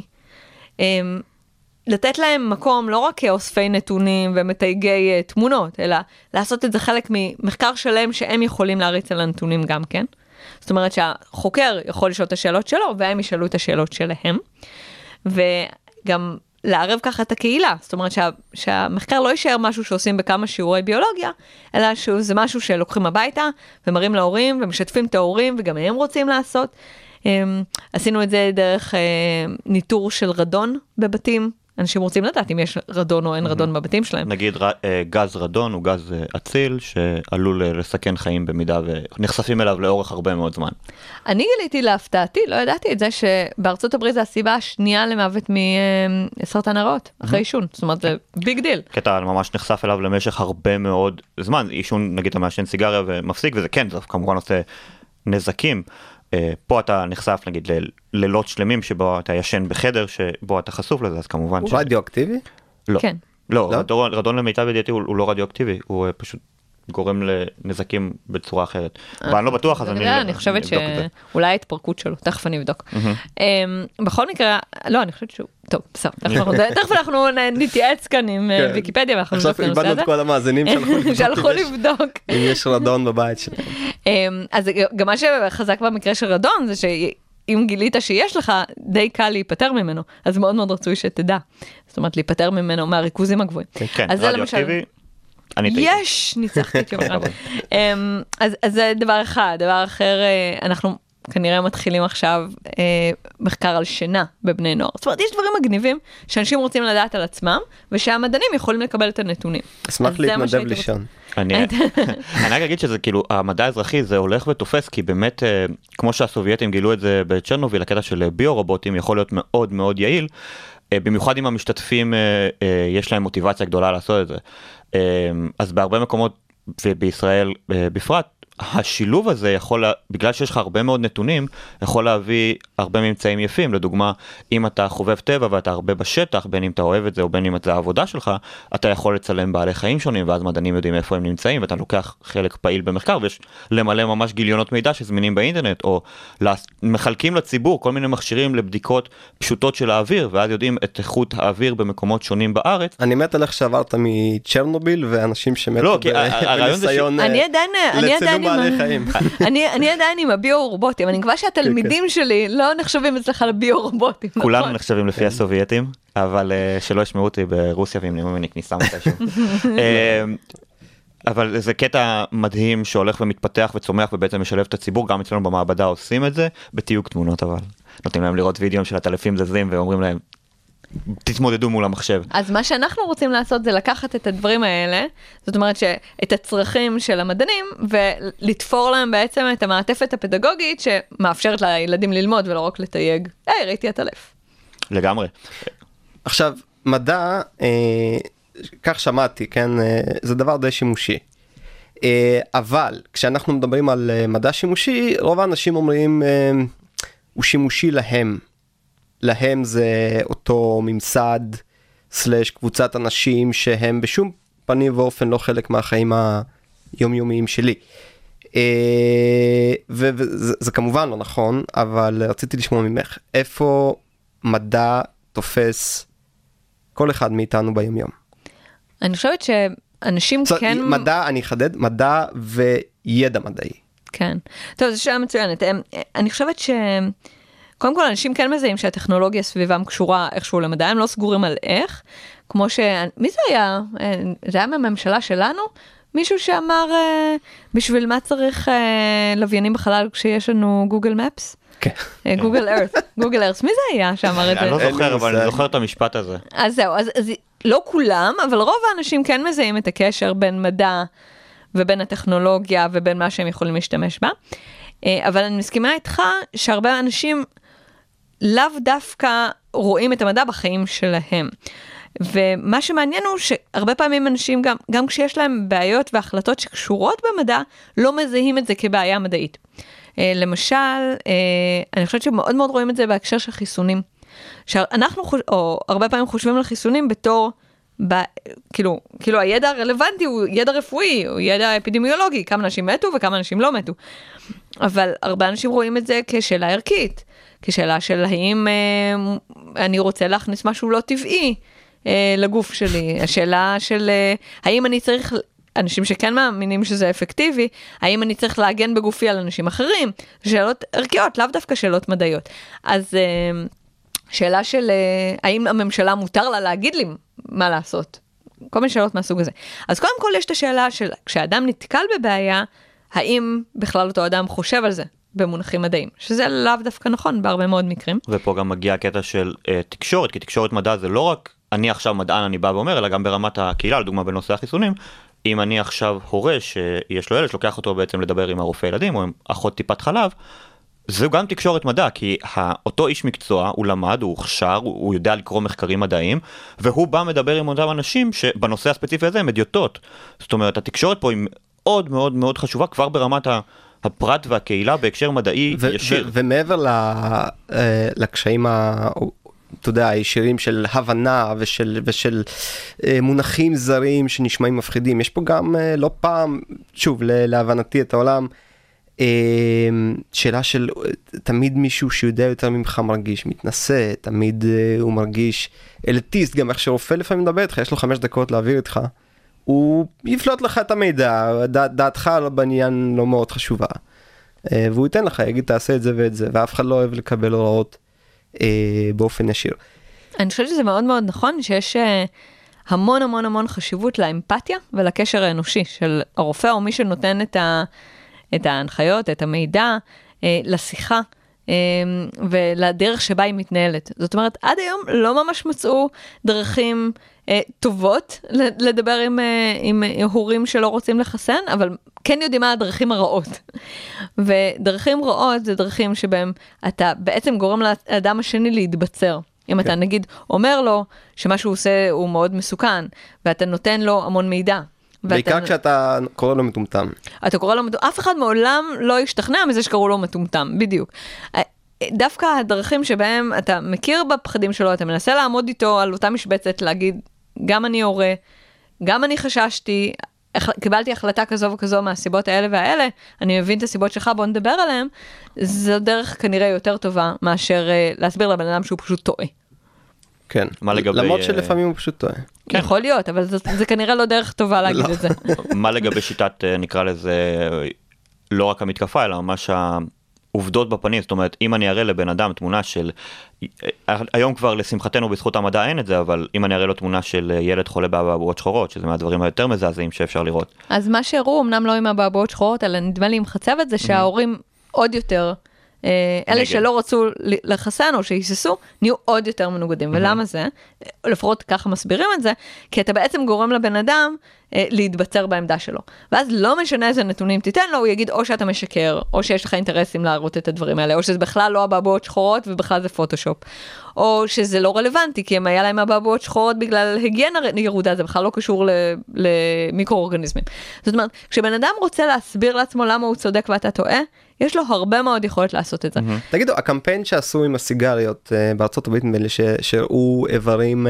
לתת להם מקום לא רק כאוספי נתונים ומתייגי תמונות, אלא לעשות את זה חלק ממחקר שלם שהם יכולים להריץ על הנתונים גם כן. זאת אומרת שהחוקר יכול לשאול את השאלות שלו, והם ישאלו את השאלות שלהם. וגם לערב ככה את הקהילה, זאת אומרת שהמחקר לא יישאר משהו שעושים בכמה שיעורי ביולוגיה, אלא שזה משהו שלוקחים הביתה, ומראים להורים, ומשתפים את ההורים, וגם הם רוצים לעשות. עשינו את זה דרך ניטור של רדון בבתים, אנשים רוצים לדעת אם יש רדון או אין רדון בבתים שלהם. נגיד גז רדון הוא גז אציל שעלול לסכן חיים במידה ונחשפים אליו לאורך הרבה מאוד זמן. אני גיליתי להפתעתי, לא ידעתי את זה שבארצות הברית זה הסיבה השנייה למוות מסרטן הריאות, אחרי עישון. זאת אומרת, זה ביג דיל. כי אתה ממש נחשף אליו למשך הרבה מאוד זמן. עישון, נגיד, אתה מעשן סיגריה ומפסיק, וזה כן, זה כמובן עושה נזקים. פה אתה נחשף, נגיד, ללילות שלמים שבו אתה ישן בחדר, שבו אתה חשוף לזה, אז כמובן... הוא רדיואקטיבי? לא. כן. לא, רדון למיטב ידיעתי הוא לא רדיואקטיבי, הוא פשוט גורם לנזקים בצורה אחרת. אבל אני לא בטוח, אז אני חושבת שאולי ההתפרקות שלו, תכף אני אבדוק. בכל מקרה, לא, אני חושבת שהוא... טוב, בסדר, תכף אנחנו נתייעץ כאן עם ויקיפדיה, ואנחנו עכשיו איבדנו את כל המאזינים שהלכו לבדוק. אם יש רדון בבית שלהם. אז גם מה שחזק במקרה של רדון, זה שאם גילית שיש לך, די קל להיפטר ממנו, אז מאוד מאוד רצוי שתדע. זאת אומרת, להיפטר ממנו מהריכוזים הגבוהים. כן, רדיואקטיבי. יש, ניצחתי את יומרן. אז זה דבר אחד. דבר אחר, אנחנו כנראה מתחילים עכשיו מחקר על שינה בבני נוער. זאת אומרת, יש דברים מגניבים שאנשים רוצים לדעת על עצמם, ושהמדענים יכולים לקבל את הנתונים. אשמח להתנדב לישון. אני רק אגיד שזה כאילו, המדע האזרחי זה הולך ותופס, כי באמת, כמו שהסובייטים גילו את זה בצ'רנוביל, הקטע של ביו-רובוטים יכול להיות מאוד מאוד יעיל, במיוחד אם המשתתפים יש להם מוטיבציה גדולה לעשות את זה. אז בהרבה מקומות, ובישראל בפרט, השילוב הזה יכול, בגלל שיש לך הרבה מאוד נתונים, יכול להביא הרבה ממצאים יפים. לדוגמה, אם אתה חובב טבע ואתה הרבה בשטח, בין אם אתה אוהב את זה או בין אם זה העבודה שלך, אתה יכול לצלם בעלי חיים שונים, ואז מדענים יודעים איפה הם נמצאים, ואתה לוקח חלק פעיל במחקר, ויש למלא ממש גיליונות מידע שזמינים באינטרנט, או מחלקים לציבור כל מיני מכשירים לבדיקות פשוטות של האוויר, ואז יודעים את איכות האוויר במקומות שונים בארץ. אני מת עליך שעברת מצ'רנוביל, ואנשים שמתו בניסיון לצלום בעלי חיים. אני עדיין עם הביו-רובוטים, אני מקווה שהתלמידים שלי לא נחשבים אצלך לביו-רובוטים. כולנו נחשבים לפי הסובייטים, אבל שלא ישמעו אותי ברוסיה וימנעו ממני כניסה מתישהו. אבל זה קטע מדהים שהולך ומתפתח וצומח ובעצם משלב את הציבור, גם אצלנו במעבדה עושים את זה, בתיוג תמונות אבל. נותנים להם לראות וידאו של הטלפים זזים ואומרים להם, תתמודדו מול המחשב. אז מה שאנחנו רוצים לעשות זה לקחת את הדברים האלה, זאת אומרת שאת הצרכים של המדענים, ולתפור להם בעצם את המעטפת הפדגוגית שמאפשרת לילדים ללמוד ולא רק לתייג. ראיתי את אלף. לגמרי. עכשיו, מדע, כך שמעתי, כן, זה דבר די שימושי. אבל כשאנחנו מדברים על מדע שימושי, רוב האנשים אומרים, הוא שימושי להם. להם זה אותו ממסד סלש קבוצת אנשים שהם בשום פנים ואופן לא חלק מהחיים היומיומיים שלי. וזה כמובן לא נכון, אבל רציתי לשמוע ממך, איפה מדע תופס כל אחד מאיתנו ביומיום? אני חושבת שאנשים כן... מדע, אני אחדד, מדע וידע מדעי. כן. טוב, זו שאלה מצוינת. אני חושבת קודם כל, אנשים כן מזהים שהטכנולוגיה סביבם קשורה איכשהו למדע, הם לא סגורים על איך, כמו מי זה היה? זה היה מהממשלה שלנו? מישהו שאמר, בשביל מה צריך לוויינים בחלל כשיש לנו גוגל מפס? כן. גוגל ארת. גוגל ארת. מי זה היה שאמר את זה? אני לא זוכר, אבל אני זוכר את המשפט הזה. אז זהו, אז לא כולם, אבל רוב האנשים כן מזהים את הקשר בין מדע ובין הטכנולוגיה ובין מה שהם יכולים להשתמש בה. אבל אני מסכימה איתך שהרבה אנשים לאו דווקא רואים את המדע בחיים שלהם. ומה שמעניין הוא שהרבה פעמים אנשים גם כשיש להם בעיות והחלטות שקשורות במדע, לא מזהים את זה כבעיה מדעית. למשל, אני חושבת שמאוד מאוד רואים את זה בהקשר של חיסונים. שאנחנו, או הרבה פעמים חושבים על חיסונים בתור, כאילו הידע הרלוונטי הוא ידע רפואי, הוא ידע אפידמיולוגי, כמה אנשים מתו וכמה אנשים לא מתו. אבל הרבה אנשים רואים את זה כשאלה ערכית, כשאלה של האם אני רוצה להכניס משהו לא טבעי לגוף שלי, השאלה של האם אני צריך, אנשים שכן מאמינים שזה אפקטיבי, האם אני צריך להגן בגופי על אנשים אחרים, שאלות ערכיות, לאו דווקא שאלות מדעיות. אז שאלה של האם הממשלה מותר לה להגיד לי מה לעשות, כל מיני שאלות מהסוג הזה. אז קודם כל יש את השאלה של כשאדם נתקל בבעיה, האם בכלל אותו אדם חושב על זה במונחים מדעיים, שזה לאו דווקא נכון בהרבה מאוד מקרים. ופה גם מגיע הקטע של תקשורת, כי תקשורת מדע זה לא רק אני עכשיו מדען, אני בא ואומר, אלא גם ברמת הקהילה, לדוגמה בנושא החיסונים, אם אני עכשיו הורה שיש לו ילד, שלוקח אותו בעצם לדבר עם הרופא ילדים, או עם אחות טיפת חלב, זהו גם תקשורת מדע, כי אותו איש מקצוע, הוא למד, הוא הוכשר, הוא יודע לקרוא מחקרים מדעיים, והוא בא מדבר עם אותם אנשים שבנושא הספציפי הזה הם הדיוטות. זאת אומרת, התקשורת פה היא מאוד מאוד מאוד חשובה, כבר ברמת הפרט והקהילה בהקשר מדעי ישיר. ומעבר לקשיים אתה יודע, הישירים של הבנה ושל מונחים זרים שנשמעים מפחידים, יש פה גם לא פעם, שוב, להבנתי את העולם, שאלה של תמיד מישהו שיודע יותר ממך מרגיש מתנשא, תמיד הוא מרגיש אליטיסט, גם איך שרופא לפעמים מדבר איתך, יש לו 5 דקות להעביר איתך, הוא יפלוט לך את המידע, דעתך בעניין לא מאוד חשובה, והוא ייתן לך, יגיד תעשה את זה ואת זה, ואף אחד לא אוהב לקבל הוראות באופן ישיר. אני חושבת שזה מאוד מאוד נכון, שיש המון המון המון חשיבות לאמפתיה ולקשר האנושי של הרופא או מי שנותן את ההנחיות, את המידע, לשיחה, ולדרך שבה היא מתנהלת. זאת אומרת, עד היום לא ממש מצאו דרכים טובות לדבר עם הורים שלא רוצים לחסן, אבל כן יודעים מה הדרכים הרעות. ודרכים רעות זה דרכים שבהם אתה בעצם גורם לאדם השני להתבצר. אם אתה נגיד אומר לו שמה שהוא עושה הוא מאוד מסוכן, ואתה נותן לו המון מידע. בעיקר כשאתה קורא לו מטומטם. אתה קורא לו מטומטם, אף אחד מעולם לא ישתכנע מזה שקראו לו מטומטם, בדיוק. דווקא הדרכים שבהם אתה מכיר בפחדים שלו, אתה מנסה לעמוד איתו על אותה משבצת, להגיד, גם אני הורה, גם אני חששתי, קיבלתי החלטה כזו וכזו מהסיבות האלה והאלה, אני מבין את הסיבות שלך, בוא נדבר עליהן, זו דרך כנראה יותר טובה מאשר להסביר לבן אדם שהוא פשוט טועה. כן, למרות שלפעמים הוא פשוט טועה. יכול להיות, אבל זה כנראה לא דרך טובה להגיד את זה. מה לגבי שיטת, נקרא לזה, לא רק המתקפה, אלא ממש העובדות בפנים, זאת אומרת, אם אני אראה לבן אדם תמונה של, היום כבר לשמחתנו בזכות המדע אין את זה, אבל אם אני אראה לו תמונה של ילד חולה באבעבועות שחורות, שזה מהדברים היותר מזעזעים שאפשר לראות. אז מה שהראו, אמנם לא עם אבעבועות שחורות, אלא נדמה לי עם חצבת, זה שההורים עוד יותר, אלה שלא רצו לחסן או שהיססו, נהיו עוד יותר מנוגדים. ולמה זה? לפחות ככה מסבירים את זה, כי אתה בעצם גורם לבן אדם להתבצר בעמדה שלו. ואז לא משנה איזה נתונים תיתן לו, הוא יגיד או שאתה משקר, או שיש לך אינטרסים להראות את הדברים האלה, או שזה בכלל לא אבעבועות שחורות ובכלל זה פוטושופ. או שזה לא רלוונטי, כי הם היה להם אבעבועות שחורות בגלל היגיינה ירודה, זה בכלל לא קשור למיקרואורגניזמים. זאת אומרת, כשבן אדם רוצה להסביר לעצמו למה הוא צודק ואתה טועה, יש לו הרבה מאוד יכולת לעשות את זה. תגידו, הקמפיין שעשו עם הסיגריות בארצות הברית, שהראו איברים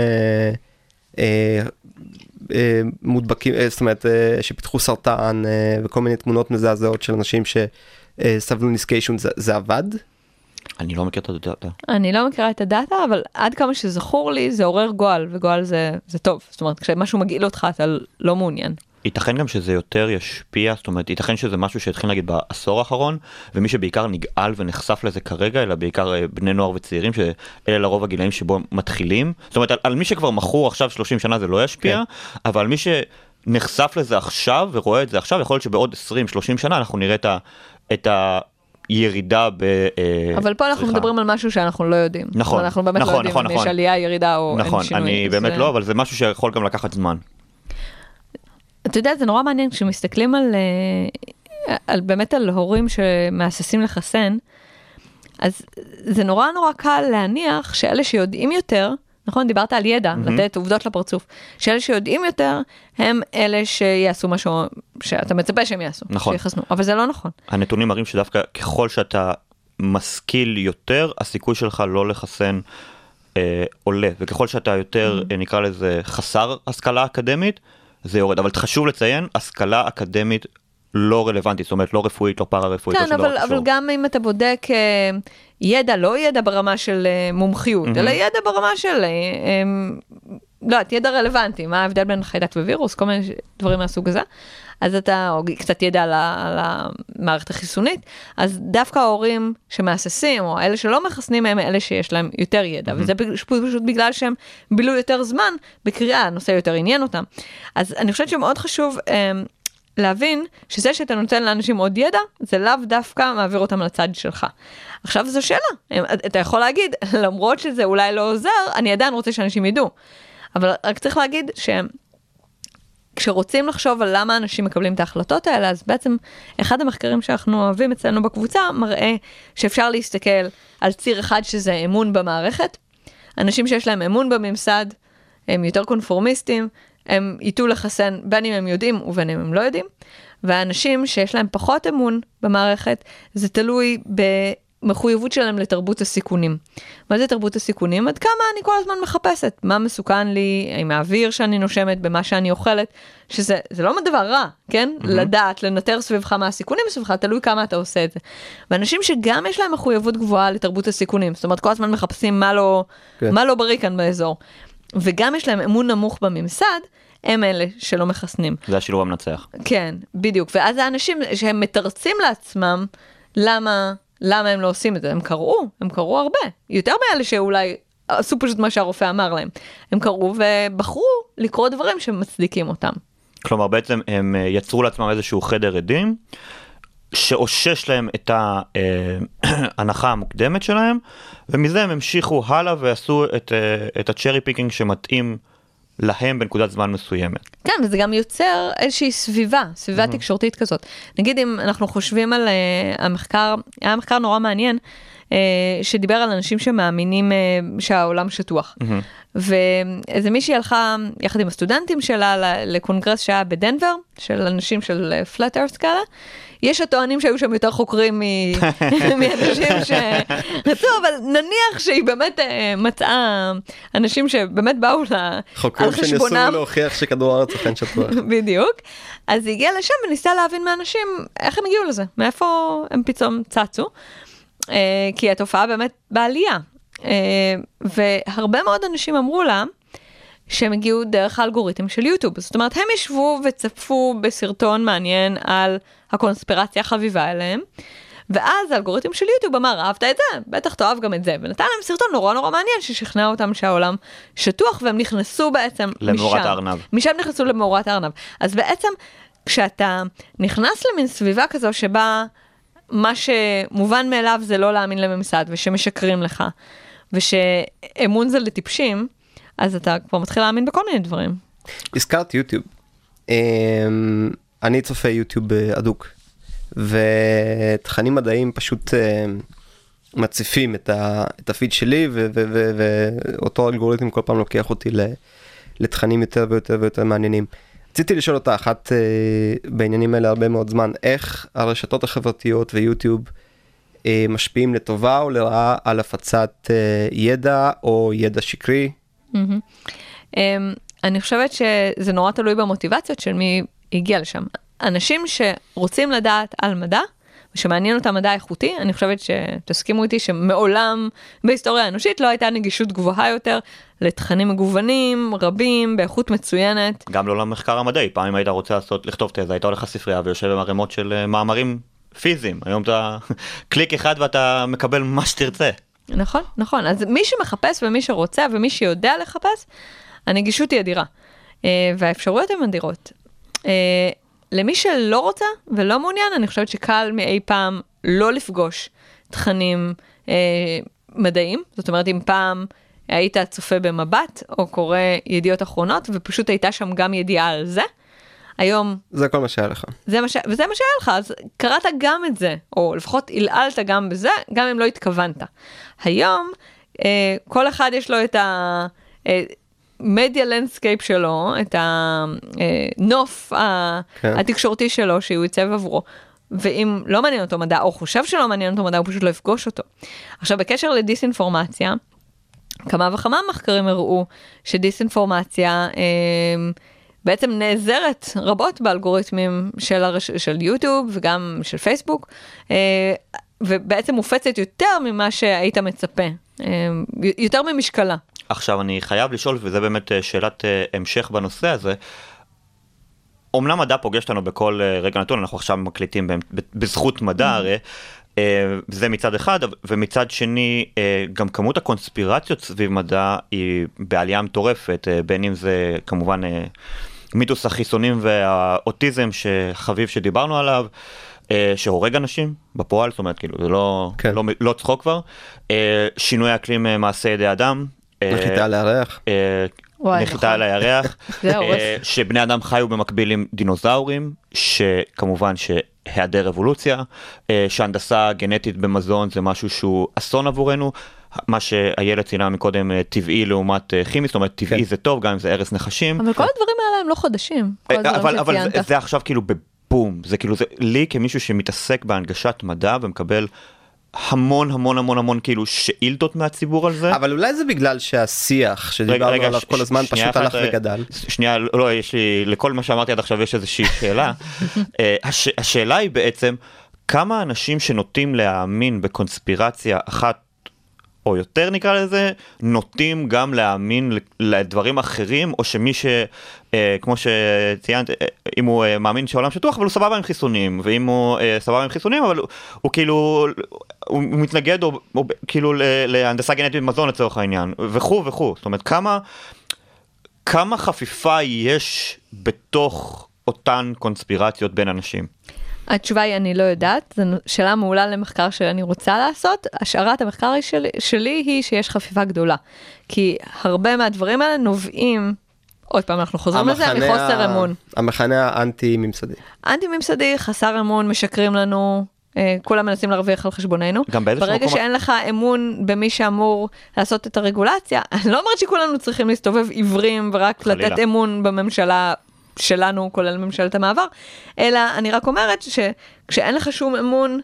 מודבקים, זאת אומרת, שפיתחו סרטן וכל מיני תמונות מזעזעות של אנשים שסבלו נזקי עישון, זה עבד? אני לא מכיר את הדאטה. אני לא מכירה את הדאטה, אבל עד כמה שזכור לי, זה עורר גועל, וגועל זה טוב. זאת אומרת, כשמשהו מגעיל אותך, אתה לא מעוניין. ייתכן גם שזה יותר ישפיע, זאת אומרת, ייתכן שזה משהו שהתחיל להגיד בעשור האחרון, ומי שבעיקר נגעל ונחשף לזה כרגע, אלא בעיקר בני נוער וצעירים, שאלה לרוב הגילאים שבו מתחילים. זאת אומרת, על מי שכבר מכור עכשיו 30 שנה זה לא ישפיע, אבל על מי שנחשף לזה עכשיו ורואה את זה עכשיו, יכול להיות שבעוד 20-30 שנה אנחנו נראה את הירידה אבל פה אנחנו מדברים על משהו שאנחנו לא יודעים. נכון, אנחנו באמת לא יודעים אם יש עלייה, ירידה או אין שינוי. נכון, אני באמת לא, אבל זה משהו שיכול גם לקחת זמן. אתה יודע, זה נורא מעניין כשמסתכלים באמת על הורים שמאססים לחסן, אז זה נורא נורא קל להניח שאלה שיודעים יותר, נכון? דיברת על ידע, לתת עובדות לפרצוף, שאלה שיודעים יותר, הם אלה שיעשו משהו שאתה מצפה שהם יעשו, נכון. שיחסנו, אבל זה לא נכון. הנתונים מראים שדווקא ככל שאתה משכיל יותר, הסיכוי שלך לא לחסן עולה, וככל שאתה יותר, נקרא לזה, חסר השכלה אקדמית, זה יורד, אבל חשוב לציין, השכלה אקדמית לא רלוונטית, זאת אומרת, לא רפואית, לא פארה-רפואית. כן, אבל גם אם אתה בודק ידע, לא ידע ברמה של מומחיות, אלא ידע ברמה של, לא, ידע רלוונטי, מה ההבדל בין חיידק ווירוס, כל מיני דברים מהסוג הזה, אז אתה, או קצת ידע על המערכת החיסונית, אז דווקא ההורים שמאססים, או אלה שלא מחסנים, הם אלה שיש להם יותר ידע, וזה פשוט בגלל שהם בילו יותר זמן בקריאה, הנושא יותר עניין אותם. אז אני חושבת שמאוד חשוב להבין שזה שאתה נותן לאנשים עוד ידע, זה לאו דווקא מעביר אותם לצד שלך. עכשיו זו שאלה, אתה יכול להגיד, למרות שזה אולי לא עוזר, אני עדיין רוצה שאנשים ידעו. אבל רק צריך להגיד כשרוצים לחשוב על למה אנשים מקבלים את ההחלטות האלה, אז בעצם אחד המחקרים שאנחנו אוהבים אצלנו בקבוצה מראה שאפשר להסתכל על ציר אחד שזה אמון במערכת. אנשים שיש להם אמון בממסד, הם יותר קונפורמיסטים, הם ייתו לחסן בין אם הם יודעים ובין אם הם לא יודעים, והאנשים שיש להם פחות אמון במערכת, זה תלוי במחויבות שלהם לתרבות הסיכונים. מה זה תרבות הסיכונים? עד כמה אני כל הזמן מחפשת, מה מסוכן לי, עם האוויר שאני נושמת, במה שאני אוכלת, שזה לא דבר רע, כן? לדעת, לנטר סביבך מה הסיכונים סביבך, תלוי כמה אתה עושה את זה. ואנשים שגם יש להם מחויבות גבוהה לתרבות הסיכונים, זאת אומרת, כל הזמן מחפשים מה לא בריא כאן באזור. וגם יש להם אמון נמוך בממסד, הם אלה שלא מחסנים. זה השילוב המנצח. כן, בדיוק. ואז האנשים שהם מתרצים לעצמם, למה הם לא עושים את זה? הם קראו הרבה. יותר מאלה שאולי עשו פשוט מה שהרופא אמר להם. הם קראו ובחרו לקרוא דברים שמצדיקים אותם. כלומר, בעצם הם יצרו לעצמם איזשהו חדר עדים, שאושש להם את ההנחה המוקדמת שלהם, ומזה הם המשיכו הלאה ועשו את הצ'רי פיקינג שמתאים להם בנקודת זמן מסוימת. כן, וזה גם יוצר איזושהי סביבה תקשורתית כזאת. נגיד אם אנחנו חושבים על המחקר, היה מחקר נורא מעניין, שדיבר על אנשים שמאמינים שהעולם שטוח. ואיזה מישהי הלכה יחד עם הסטודנטים שלה לקונגרס שהיה בדנבר, של אנשים של פלאט ארת' כאלה. יש הטוענים שהיו שם יותר חוקרים מאנשים שרצו, אבל נניח שהיא באמת מצאה אנשים שבאמת באו על חשבונם. חוקרים שניסו להוכיח שכדור הארץ אכן שטוח. בדיוק. אז היא הגיעה לשם וניסתה להבין מאנשים איך הם הגיעו לזה, מאיפה הם פתאום צצו. כי התופעה באמת בעלייה. והרבה מאוד אנשים אמרו לה שהם הגיעו דרך האלגוריתם של יוטיוב. זאת אומרת, הם ישבו וצפו בסרטון מעניין על הקונספירציה החביבה אליהם, ואז האלגוריתם של יוטיוב אמר, אהבת את זה? בטח תאהב גם את זה. ונתן להם סרטון נורא נורא מעניין ששכנע אותם שהעולם שטוח, והם נכנסו בעצם למאורת הארנב. משם נכנסו למאורת הארנב. אז בעצם, כשאתה נכנס למין סביבה כזו שבה מה שמובן מאליו זה לא להאמין לממסד, ושמשקרים לך, ושאמון זה לטיפשים, אז אתה כבר מתחיל להאמין בכל מיני דברים. הזכרת יוטיוב. אני צופה יוטיוב אדוק, ותכנים מדעיים פשוט מציפים את הפיד שלי, ואותו אלגוריתם כל פעם לוקח אותי לתכנים יותר ויותר ויותר מעניינים. רציתי לשאול אותה אחת בעניינים האלה הרבה מאוד זמן, איך הרשתות החברתיות ויוטיוב משפיעים לטובה או לרעה על הפצת ידע או ידע שקרי? אני חושבת שזה נורא תלוי במוטיבציות של מי הגיע לשם. אנשים שרוצים לדעת על מדע, ושמעניין אותם מדע איכותי, אני חושבת שתסכימו איתי שמעולם בהיסטוריה האנושית לא הייתה נגישות גבוהה יותר לתכנים מגוונים, רבים, באיכות מצוינת. גם לא למחקר המדעי, פעם אם היית רוצה לכתוב תזה, היית הולך לספרייה ויושב במרימות של מאמרים פיזיים. היום אתה קליק אחד ואתה מקבל מה שתרצה. נכון, נכון. אז מי שמחפש ומי שרוצה ומי שיודע לחפש, הנגישות היא אדירה. והאפשרויות הן אדירות. למי שלא רוצה ולא מעוניין, אני חושבת שקל מאי פעם לא לפגוש תכנים מדעיים. זאת אומרת, אם פעם היית צופה במבט או קורא ידיעות אחרונות, ופשוט הייתה שם גם ידיעה על זה, היום... זה כל מה שהיה לך. וזה מה שהיה לך, אז קראת גם את זה, או לפחות הלעלת גם בזה, גם אם לא התכוונת. היום, כל אחד יש לו את המדיה לנדסקייפ שלו, את הנוף התקשורתי שלו, שהוא ייצב עבורו. ואם לא מעניין אותו מדע, או חושב שלא מעניין אותו מדע, הוא פשוט לא יפגוש אותו. עכשיו, בקשר לדיסאינפורמציה, כמה וכמה מחקרים הראו שדיסאינפורמציה בעצם נעזרת רבות באלגוריתמים של יוטיוב וגם של פייסבוק, ובעצם מופצת יותר ממה שהיית מצפה, יותר ממשקלה. עכשיו אני חייב לשאול, וזה באמת שאלת המשך בנושא הזה, אומנם מדע פוגש לנו בכל רגע נתון, אנחנו עכשיו מקליטים בזכות מדע הרי, זה מצד אחד, ומצד שני, גם כמות הקונספירציות סביב מדע היא בעלייה מטורפת, בין אם זה כמובן מיתוס החיסונים והאוטיזם שחביב שדיברנו עליו, שהורג אנשים בפועל, זאת אומרת, כאילו, זה לא צחוק כבר, שינוי אקלים מעשה ידי אדם, נחיתה על הירח. נחיתה על הירח, שבני אדם חיו במקביל עם דינוזאורים, שכמובן שהיעדר אבולוציה, שהנדסה גנטית במזון זה משהו שהוא אסון עבורנו, מה שאיילת ציינה מקודם טבעי לעומת כימי, זאת אומרת טבעי זה טוב, גם אם זה ארס נחשים. אבל כל הדברים האלה הם לא חודשים. אבל זה עכשיו כאילו בבום, זה כאילו, לי כמישהו שמתעסק בהנגשת מדע ומקבל המון המון המון המון כאילו שאילתות מהציבור על זה. אבל אולי זה בגלל שהשיח שדיברנו עליו כל הזמן פשוט הלך וגדל. שנייה, לא, יש לי, לכל מה שאמרתי עד עכשיו יש איזושהי שאלה. השאלה היא בעצם, כמה אנשים שנוטים להאמין בקונספירציה אחת או יותר נקרא לזה, נוטים גם להאמין לדברים אחרים, או שמי כמו שציינת, אם הוא מאמין שהעולם שטוח, אבל הוא סבבה עם חיסונים, ואם הוא סבבה עם חיסונים, אבל הוא כאילו, הוא מתנגד, או כאילו להנדסה גנטית במזון לצורך העניין, וכו'. זאת אומרת, כמה חפיפה יש בתוך אותן קונספירציות בין אנשים? התשובה היא אני לא יודעת, זו שאלה מעולה למחקר שאני רוצה לעשות. השערת המחקר שלי היא שיש חפיפה גדולה, כי הרבה מהדברים האלה נובעים, עוד פעם אנחנו חוזרים לזה, מחוסר אמון. המחנה האנטי-ממסדי. אנטי-ממסדי, חסר אמון, משקרים לנו, כולם מנסים להרוויח על חשבוננו. ברגע שאין לך אמון במי שאמור לעשות את הרגולציה, אני לא אומרת שכולנו צריכים להסתובב עיוורים ורק לתת אמון בממשלה שלנו, כולל ממשלת המעבר, אלא אני רק אומרת שכשאין לך שום אמון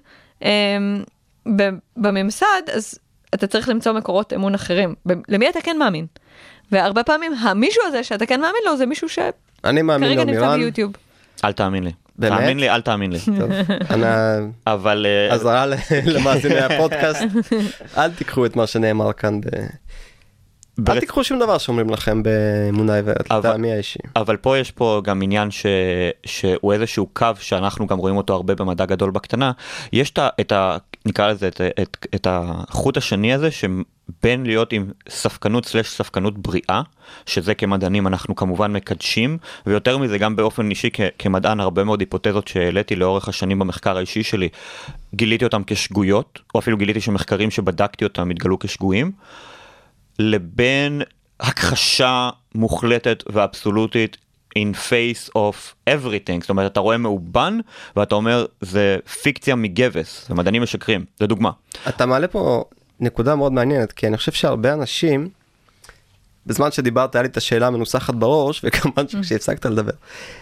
בממסד, אז אתה צריך למצוא מקורות אמון אחרים. למי אתה כן מאמין? והרבה פעמים המישהו הזה שאתה כן מאמין לו, זה מישהו שכרגע נמצא ביוטיוב. אל תאמין לי. תאמין לי, אל תאמין לי. אבל עזרה למאזיני הפודקאסט, אל תיקחו את מה שנאמר כאן אל תיקחו שום דבר שאומרים לכם באמונה עיוורת, לטעמי האישי. אבל פה יש פה גם עניין שהוא איזשהו קו שאנחנו גם רואים אותו הרבה במדע גדול בקטנה. יש נקרא לזה, את החוט השני הזה, שבין להיות עם ספקנות/ספקנות בריאה, שזה כמדענים אנחנו כמובן מקדשים, ויותר מזה גם באופן אישי כמדען, הרבה מאוד היפותזות שהעליתי לאורך השנים במחקר האישי שלי, גיליתי אותם כשגויות, או אפילו גיליתי שמחקרים שבדקתי אותם התגלו כשגויים, לבין הכחשה מוחלטת ואבסולוטית in face of everything. זאת אומרת, אתה רואה מאובן, ואתה אומר, זה פיקציה מגבס, זה מדענים משקרים. זה דוגמה. אתה מעלה פה נקודה מאוד מעניינת, כי אני חושב שהרבה אנשים, בזמן שדיברת, היה לי את השאלה המנוסחת בראש, וכמובן כשהפסקת לדבר.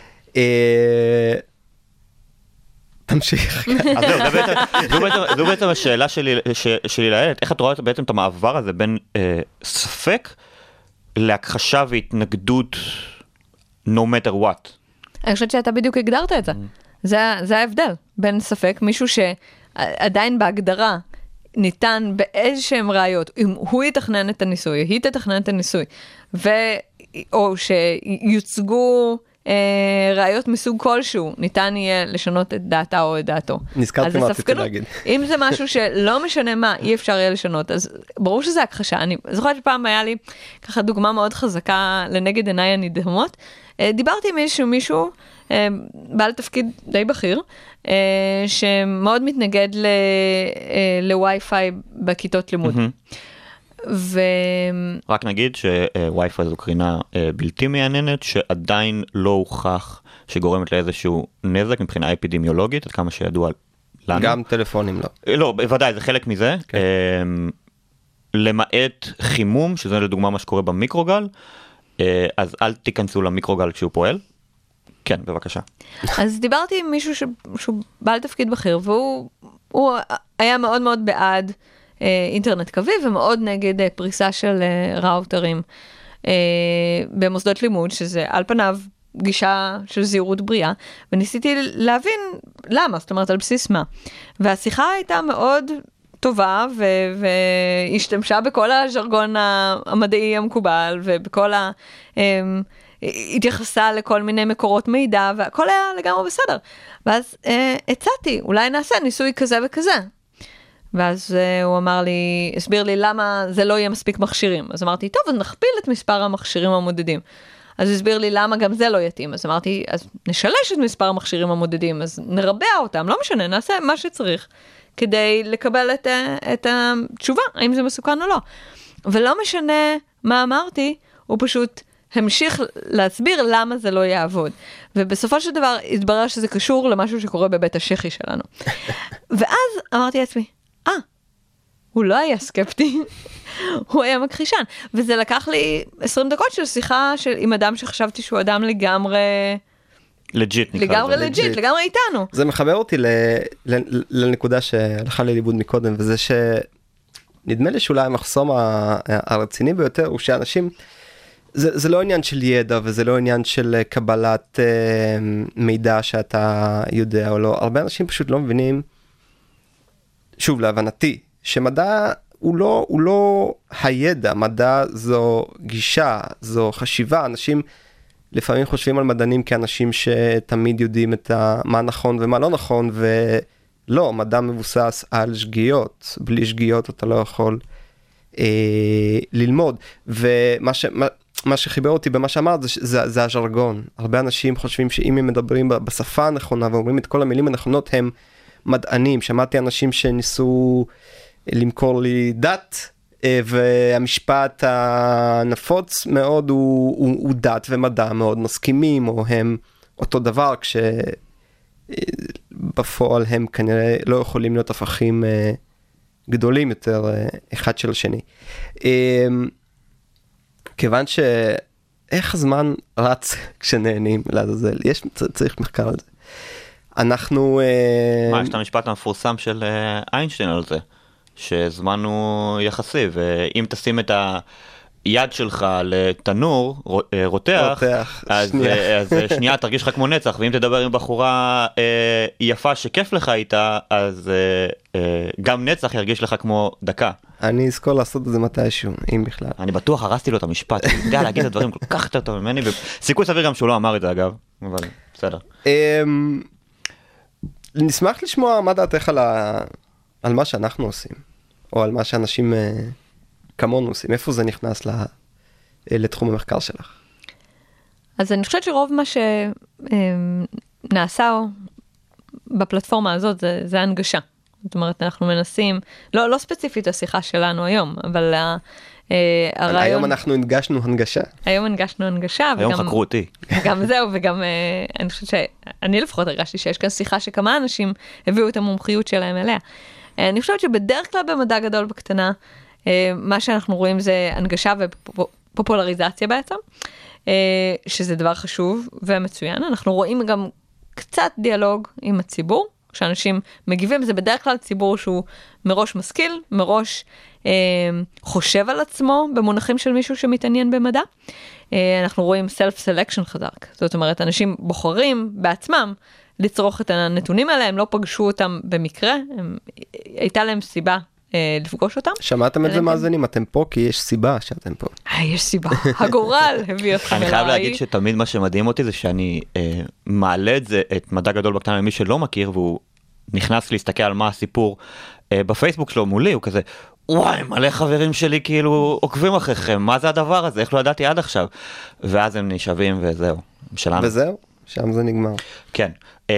תמשיך. זו בעצם השאלה שלי לאילת, איך את רואה בעצם את המעבר הזה בין ספק להכחשה והתנגדות no matter what? אני חושבת שאתה בדיוק הגדרת את זה. זה ההבדל בין ספק, מישהו שעדיין בהגדרה ניתן באיזשהם ראיות, אם הוא יתכנן את הניסוי, היא תתכנן את הניסוי, או שיוצגו ראיות מסוג כלשהו, ניתן יהיה לשנות את דעתה או את דעתו. נזכרתי מה רציתי להגיד. אם זה משהו שלא משנה מה, אי אפשר יהיה לשנות, אז ברור שזה הכחשה. אני זוכרת שפעם היה לי ככה דוגמה מאוד חזקה לנגד עיניי הנדהמות. דיברתי עם מישהו, בעל תפקיד די בכיר, שמאוד מתנגד לווי-פיי בכיתות לימוד. רק נגיד שווי-פיי זו קרינה בלתי מייננת, שעדיין לא הוכח שגורמת לאיזשהו נזק מבחינה אפידמיולוגית, עד כמה שידוע לנו. גם טלפונים לא. לא, בוודאי, זה חלק מזה. למעט חימום, שזה לדוגמה מה שקורה במיקרוגל, אז אל תיכנסו למיקרוגל כשהוא פועל. כן, בבקשה. אז דיברתי עם מישהו שהוא בעל תפקיד בכיר, והוא היה מאוד מאוד בעד אינטרנט קווי, ומאוד נגד פריסה של ראוטרים במוסדות לימוד, שזה על פניו גישה של זהירות בריאה, וניסיתי להבין למה, זאת אומרת על בסיס מה. והשיחה הייתה מאוד טובה, והשתמשה בכל הז'רגון המדעי המקובל, ובכל התייחסה לכל מיני מקורות מידע, והכל היה לגמרי בסדר. ואז הצעתי, אולי נעשה ניסוי כזה וכזה. ואז הוא אמר לי, הסביר לי למה זה לא יהיה מספיק מכשירים. אז אמרתי, טוב, אז נכפיל את מספר המכשירים המודדים. אז הסביר לי למה גם זה לא יתאים. אז אמרתי, אז נשלש את מספר המכשירים המודדים, אז נרבע אותם, לא משנה, נעשה מה שצריך, כדי לקבל את התשובה, האם זה מסוכן או לא. ולא משנה מה אמרתי, הוא פשוט המשיך להסביר למה זה לא יעבוד. ובסופו של דבר התברר שזה קשור למשהו שקורה בבית השכי שלנו. ואז אמרתי לעצמי, הוא לא היה סקפטי, הוא היה מכחישן. וזה לקח לי 20 דקות של שיחה עם אדם שחשבתי שהוא אדם לגמרי... לג'יט, לגמרי לג'יט, לגמרי איתנו. זה מחבר אותי לנקודה שהלכה לי ליבוד מקודם, וזה שנדמה לי שאולי המחסום הרציני ביותר הוא שאנשים, זה לא עניין של ידע, וזה לא עניין של קבלת מידע שאתה יודע או לא. הרבה אנשים פשוט לא מבינים, שוב להבנתי, שמדע הוא לא הידע, מדע זו גישה, זו חשיבה. אנשים לפעמים חושבים על מדענים כאנשים שתמיד יודעים מה נכון ומה לא נכון, ולא, מדע מבוסס על שגיאות. בלי שגיאות אתה לא יכול ללמוד. ומה שחיבר אותי במה שאמרת זה הז'רגון. הרבה אנשים חושבים שאם הם מדברים בשפה הנכונה ואומרים את כל המילים הנכונות הם מדענים. שמעתי אנשים שניסו למכור לי דת, והמשפט הנפוץ מאוד הוא דת ומדע מאוד מסכימים, או הם אותו דבר, כשבפועל הם כנראה לא יכולים להיות הפכים גדולים יותר אחד של השני. כיוון איך הזמן רץ כשנהנים לעזאזל, צריך מחקר על זה. אנחנו... יש את המשפט המפורסם של איינשטיין על זה, שזמן הוא יחסי, ואם תשים את היד שלך לתנור רותח, אז שנייה תרגיש לך כמו נצח, ואם תדבר עם בחורה יפה שכיף לך איתה, אז גם נצח ירגיש לך כמו דקה. אני אזכור לעשות את זה מתישהו, אם בכלל. אני בטוח הרסתי לו את המשפט, אני יודע להגיד את הדברים כל כך יותר טוב ממני, וסיכוי סביר גם שהוא לא אמר את זה אגב, אבל בסדר. נשמח לשמוע מה דעתך על מה שאנחנו עושים, או על מה שאנשים כמונו עושים. איפה זה נכנס לתחום המחקר שלך? אז אני חושבת שרוב מה שנעשה בפלטפורמה הזאת זה הנגשה. זאת אומרת, אנחנו מנסים, לא ספציפית השיחה שלנו היום, אבל הרעיון... היום אנחנו הנגשנו הנגשה. היום הנגשנו הנגשה. היום חקרו אותי. גם זהו, וגם אני חושבת שאני לפחות הרגשתי שיש כאן שיחה שכמה אנשים הביאו את המומחיות שלהם אליה. אני חושבת שבדרך כלל במדע גדול בקטנה, מה שאנחנו רואים זה הנגשה ופופולריזציה בעצם, שזה דבר חשוב ומצוין. אנחנו רואים גם קצת דיאלוג עם הציבור, כשאנשים מגיבים, זה בדרך כלל ציבור שהוא מראש משכיל, מראש חושב על עצמו במונחים של מישהו שמתעניין במדע. אנחנו רואים self-selection חזק, זאת אומרת, אנשים בוחרים בעצמם לצרוך את הנתונים האלה, הם לא פגשו אותם במקרה, הייתה להם סיבה לפגוש אותם. שמעתם את זה מאזינים, אתם פה כי יש סיבה שאתם פה. יש סיבה, הגורל הביא אתכם אליי. אני חייב להגיד שתמיד מה שמדהים אותי זה שאני מעלה את מדע גדול בקטנה למי שלא מכיר, והוא נכנס להסתכל על מה הסיפור בפייסבוק שלו מולי, הוא כזה, וואי, מלא חברים שלי כאילו עוקבים אחריכם, מה זה הדבר הזה, איך לא ידעתי עד עכשיו? ואז הם נשאבים וזהו, שלנו. וזהו, שם זה נגמר. כן,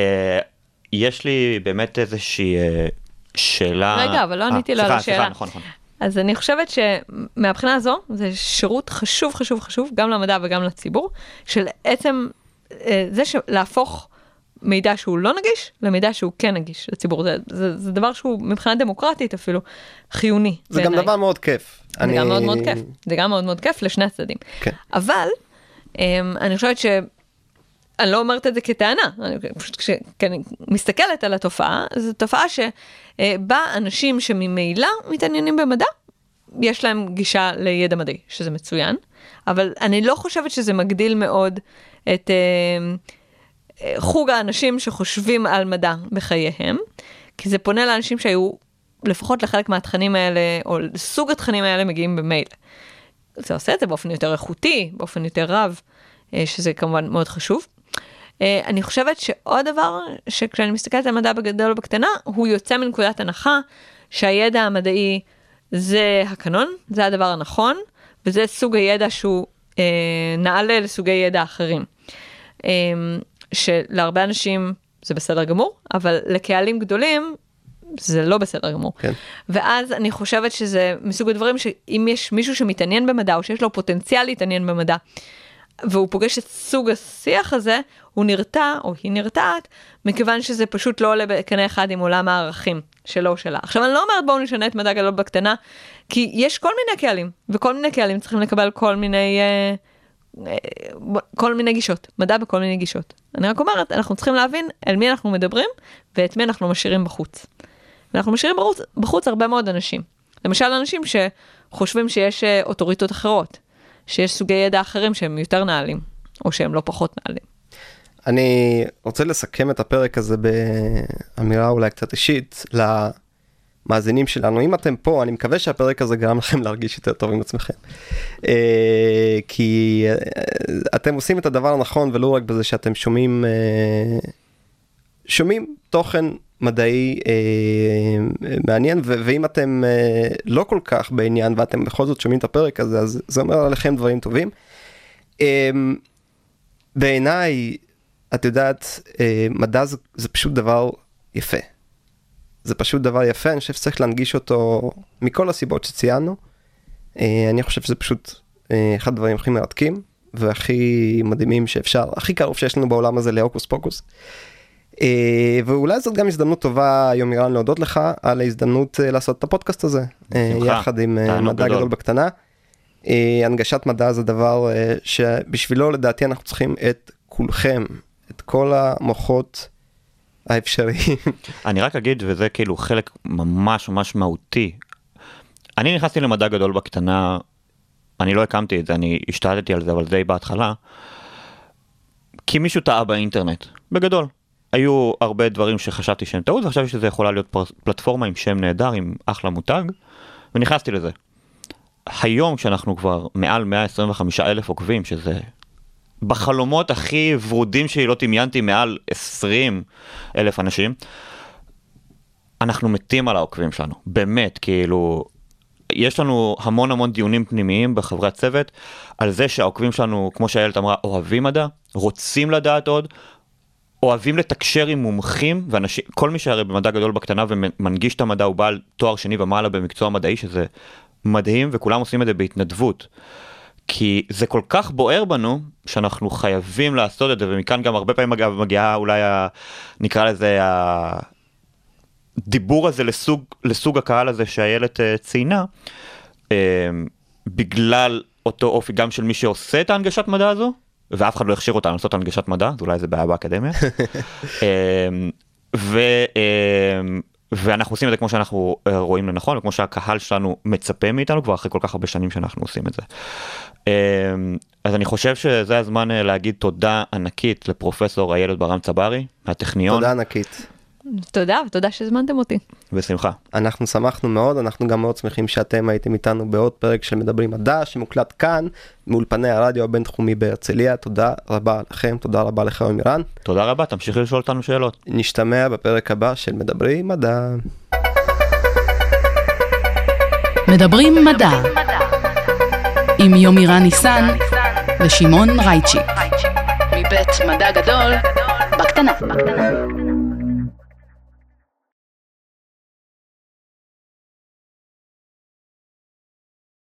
יש לי באמת איזושהי שאלה... רגע, אבל לא עניתי לו על השאלה. סליחה, נכון. אז אני חושבת שמהבחינה הזו, זה שירות חשוב, גם למדע וגם לציבור, של עצם זה להפוך מידע שהוא לא נגיש, למידע שהוא כן נגיש לציבור. זה דבר שהוא מבחינה דמוקרטית אפילו חיוני. זה גם דבר מאוד כיף. זה גם מאוד מאוד כיף. זה גם מאוד מאוד כיף לשני הצדדים. אבל אני חושבת אני לא אומרת את זה כטענה, פשוט כשאני מסתכלת על התופעה, זו תופעה שבה אנשים שממילא מתעניינים במדע, יש להם גישה לידע מדעי, שזה מצוין, אבל אני לא חושבת שזה מגדיל מאוד את חוג האנשים שחושבים על מדע בחייהם, כי זה פונה לאנשים שהיו לפחות לחלק מהתכנים האלה, או סוג התכנים האלה מגיעים במייל. זה עושה את זה באופן יותר איכותי, באופן יותר רב, שזה כמובן מאוד חשוב. אני חושבת שעוד דבר, שכשאני מסתכלת על מדע בגדול ובקטנה, הוא יוצא מנקודת הנחה שהידע המדעי זה הקנון, זה הדבר הנכון, וזה סוג הידע שהוא נעלה לסוגי ידע אחרים. שלהרבה אנשים זה בסדר גמור, אבל לקהלים גדולים זה לא בסדר גמור. כן. ואז אני חושבת שזה מסוג הדברים שאם יש מישהו שמתעניין במדע, או שיש לו פוטנציאל להתעניין במדע, והוא פוגש את סוג השיח הזה, הוא נרתע או היא נרתעת, מכיוון שזה פשוט לא עולה בקנה אחד עם עולם הערכים שלו או שלה. עכשיו אני לא אומרת בואו נשנה את מדע גדול בקטנה, כי יש כל מיני קהלים, וכל מיני קהלים צריכים לקבל כל מיני גישות, מדע בכל מיני גישות. אני רק אומרת, אנחנו צריכים להבין על מי אנחנו מדברים, ואת מי אנחנו משאירים בחוץ. ואנחנו משאירים בחוץ הרבה מאוד אנשים. למשל אנשים שחושבים שיש אוטוריטות אחרות, שיש סוגי ידע אחרים שהם יותר נעלים, או שהם לא פחות נעלים. אני רוצה לסכם את הפרק הזה באמירה אולי קצת אישית למאזינים שלנו. אם אתם פה, אני מקווה שהפרק הזה גרם לכם להרגיש יותר טוב עם עצמכם. כי אתם עושים את הדבר הנכון, ולא רק בזה שאתם שומעים תוכן מדעי מעניין, ואם אתם לא כל כך בעניין, ואתם בכל זאת שומעים את הפרק הזה, אז זה אומר עליכם דברים טובים. בעיניי, את יודעת, מדע זה פשוט דבר יפה. זה פשוט דבר יפה, אני חושב שצריך להנגיש אותו מכל הסיבות שציינו. אני חושב שזה פשוט אחד הדברים הכי מרתקים, והכי מדהימים שאפשר, הכי קרוב שיש לנו בעולם הזה להוקוס פוקוס. ואולי זאת גם הזדמנות טובה, יומירן, להודות לך על ההזדמנות לעשות את הפודקאסט הזה, יחד עם מדע גדול בקטנה. הנגשת מדע זה דבר שבשבילו לדעתי אנחנו צריכים את כולכם, את כל המוחות האפשריים. אני רק אגיד, וזה כאילו חלק ממש ממש מהותי. אני נכנסתי למדע גדול בקטנה, אני לא הקמתי את זה, אני השתלטתי על זה, אבל די בהתחלה, כי מישהו טעה באינטרנט, בגדול. היו הרבה דברים שחשבתי שהם טעות, וחשבתי שזה יכולה להיות פלטפורמה עם שם נהדר, עם אחלה מותג, ונכנסתי לזה. היום כשאנחנו כבר מעל 125,000 עוקבים, שזה בחלומות הכי ורודים שלי לא דמיינתי, מעל 20,000 אנשים, אנחנו מתים על העוקבים שלנו, באמת, כאילו, יש לנו המון דיונים פנימיים בחברי הצוות, על זה שהעוקבים שלנו, כמו שהילת אמרה, אוהבים מדע, רוצים לדעת עוד, אוהבים לתקשר עם מומחים, כל מי שהרי במדע גדול בקטנה ומנגיש את המדע הוא בעל תואר שני ומעלה במקצוע מדעי, שזה מדהים, וכולם עושים את זה בהתנדבות. כי זה כל כך בוער בנו, שאנחנו חייבים לעשות את זה, ומכאן גם הרבה פעמים אגב מגיעה אולי, נקרא לזה, הדיבור הזה לסוג הקהל הזה שהילת ציינה, בגלל אותו אופי גם של מי שעושה את ההנגשת מדע הזו, ואף אחד לא יכשיר אותה לעשות הנגשת מדע, אז אולי זה בעיה באקדמיה. ואנחנו עושים את זה כמו שאנחנו רואים לנכון, וכמו שהקהל שלנו מצפה מאיתנו, כבר אחרי כל כך הרבה שנים שאנחנו עושים את זה. אז אני חושב שזה הזמן להגיד תודה ענקית לפרופסור איילת ברם-צברי, מהטכניון. תודה ענקית. תודה שהזמנתם אותי. בשמחה. אנחנו שמחנו מאוד, אנחנו גם מאוד שמחים שאתם הייתם איתנו בעוד פרק של מדברים מדע, שמוקלט כאן, מאולפני הרדיו הבינתחומי בהרצליה. תודה רבה לכם, תודה רבה לך יומירן. תודה רבה, תמשיכי לשאול אותנו שאלות. נשתמע בפרק הבא של מדברים מדע. מדברים מדע, עם יומירן ניסן ושמעון רייצ'י. מבית מדע גדול, בקטנה.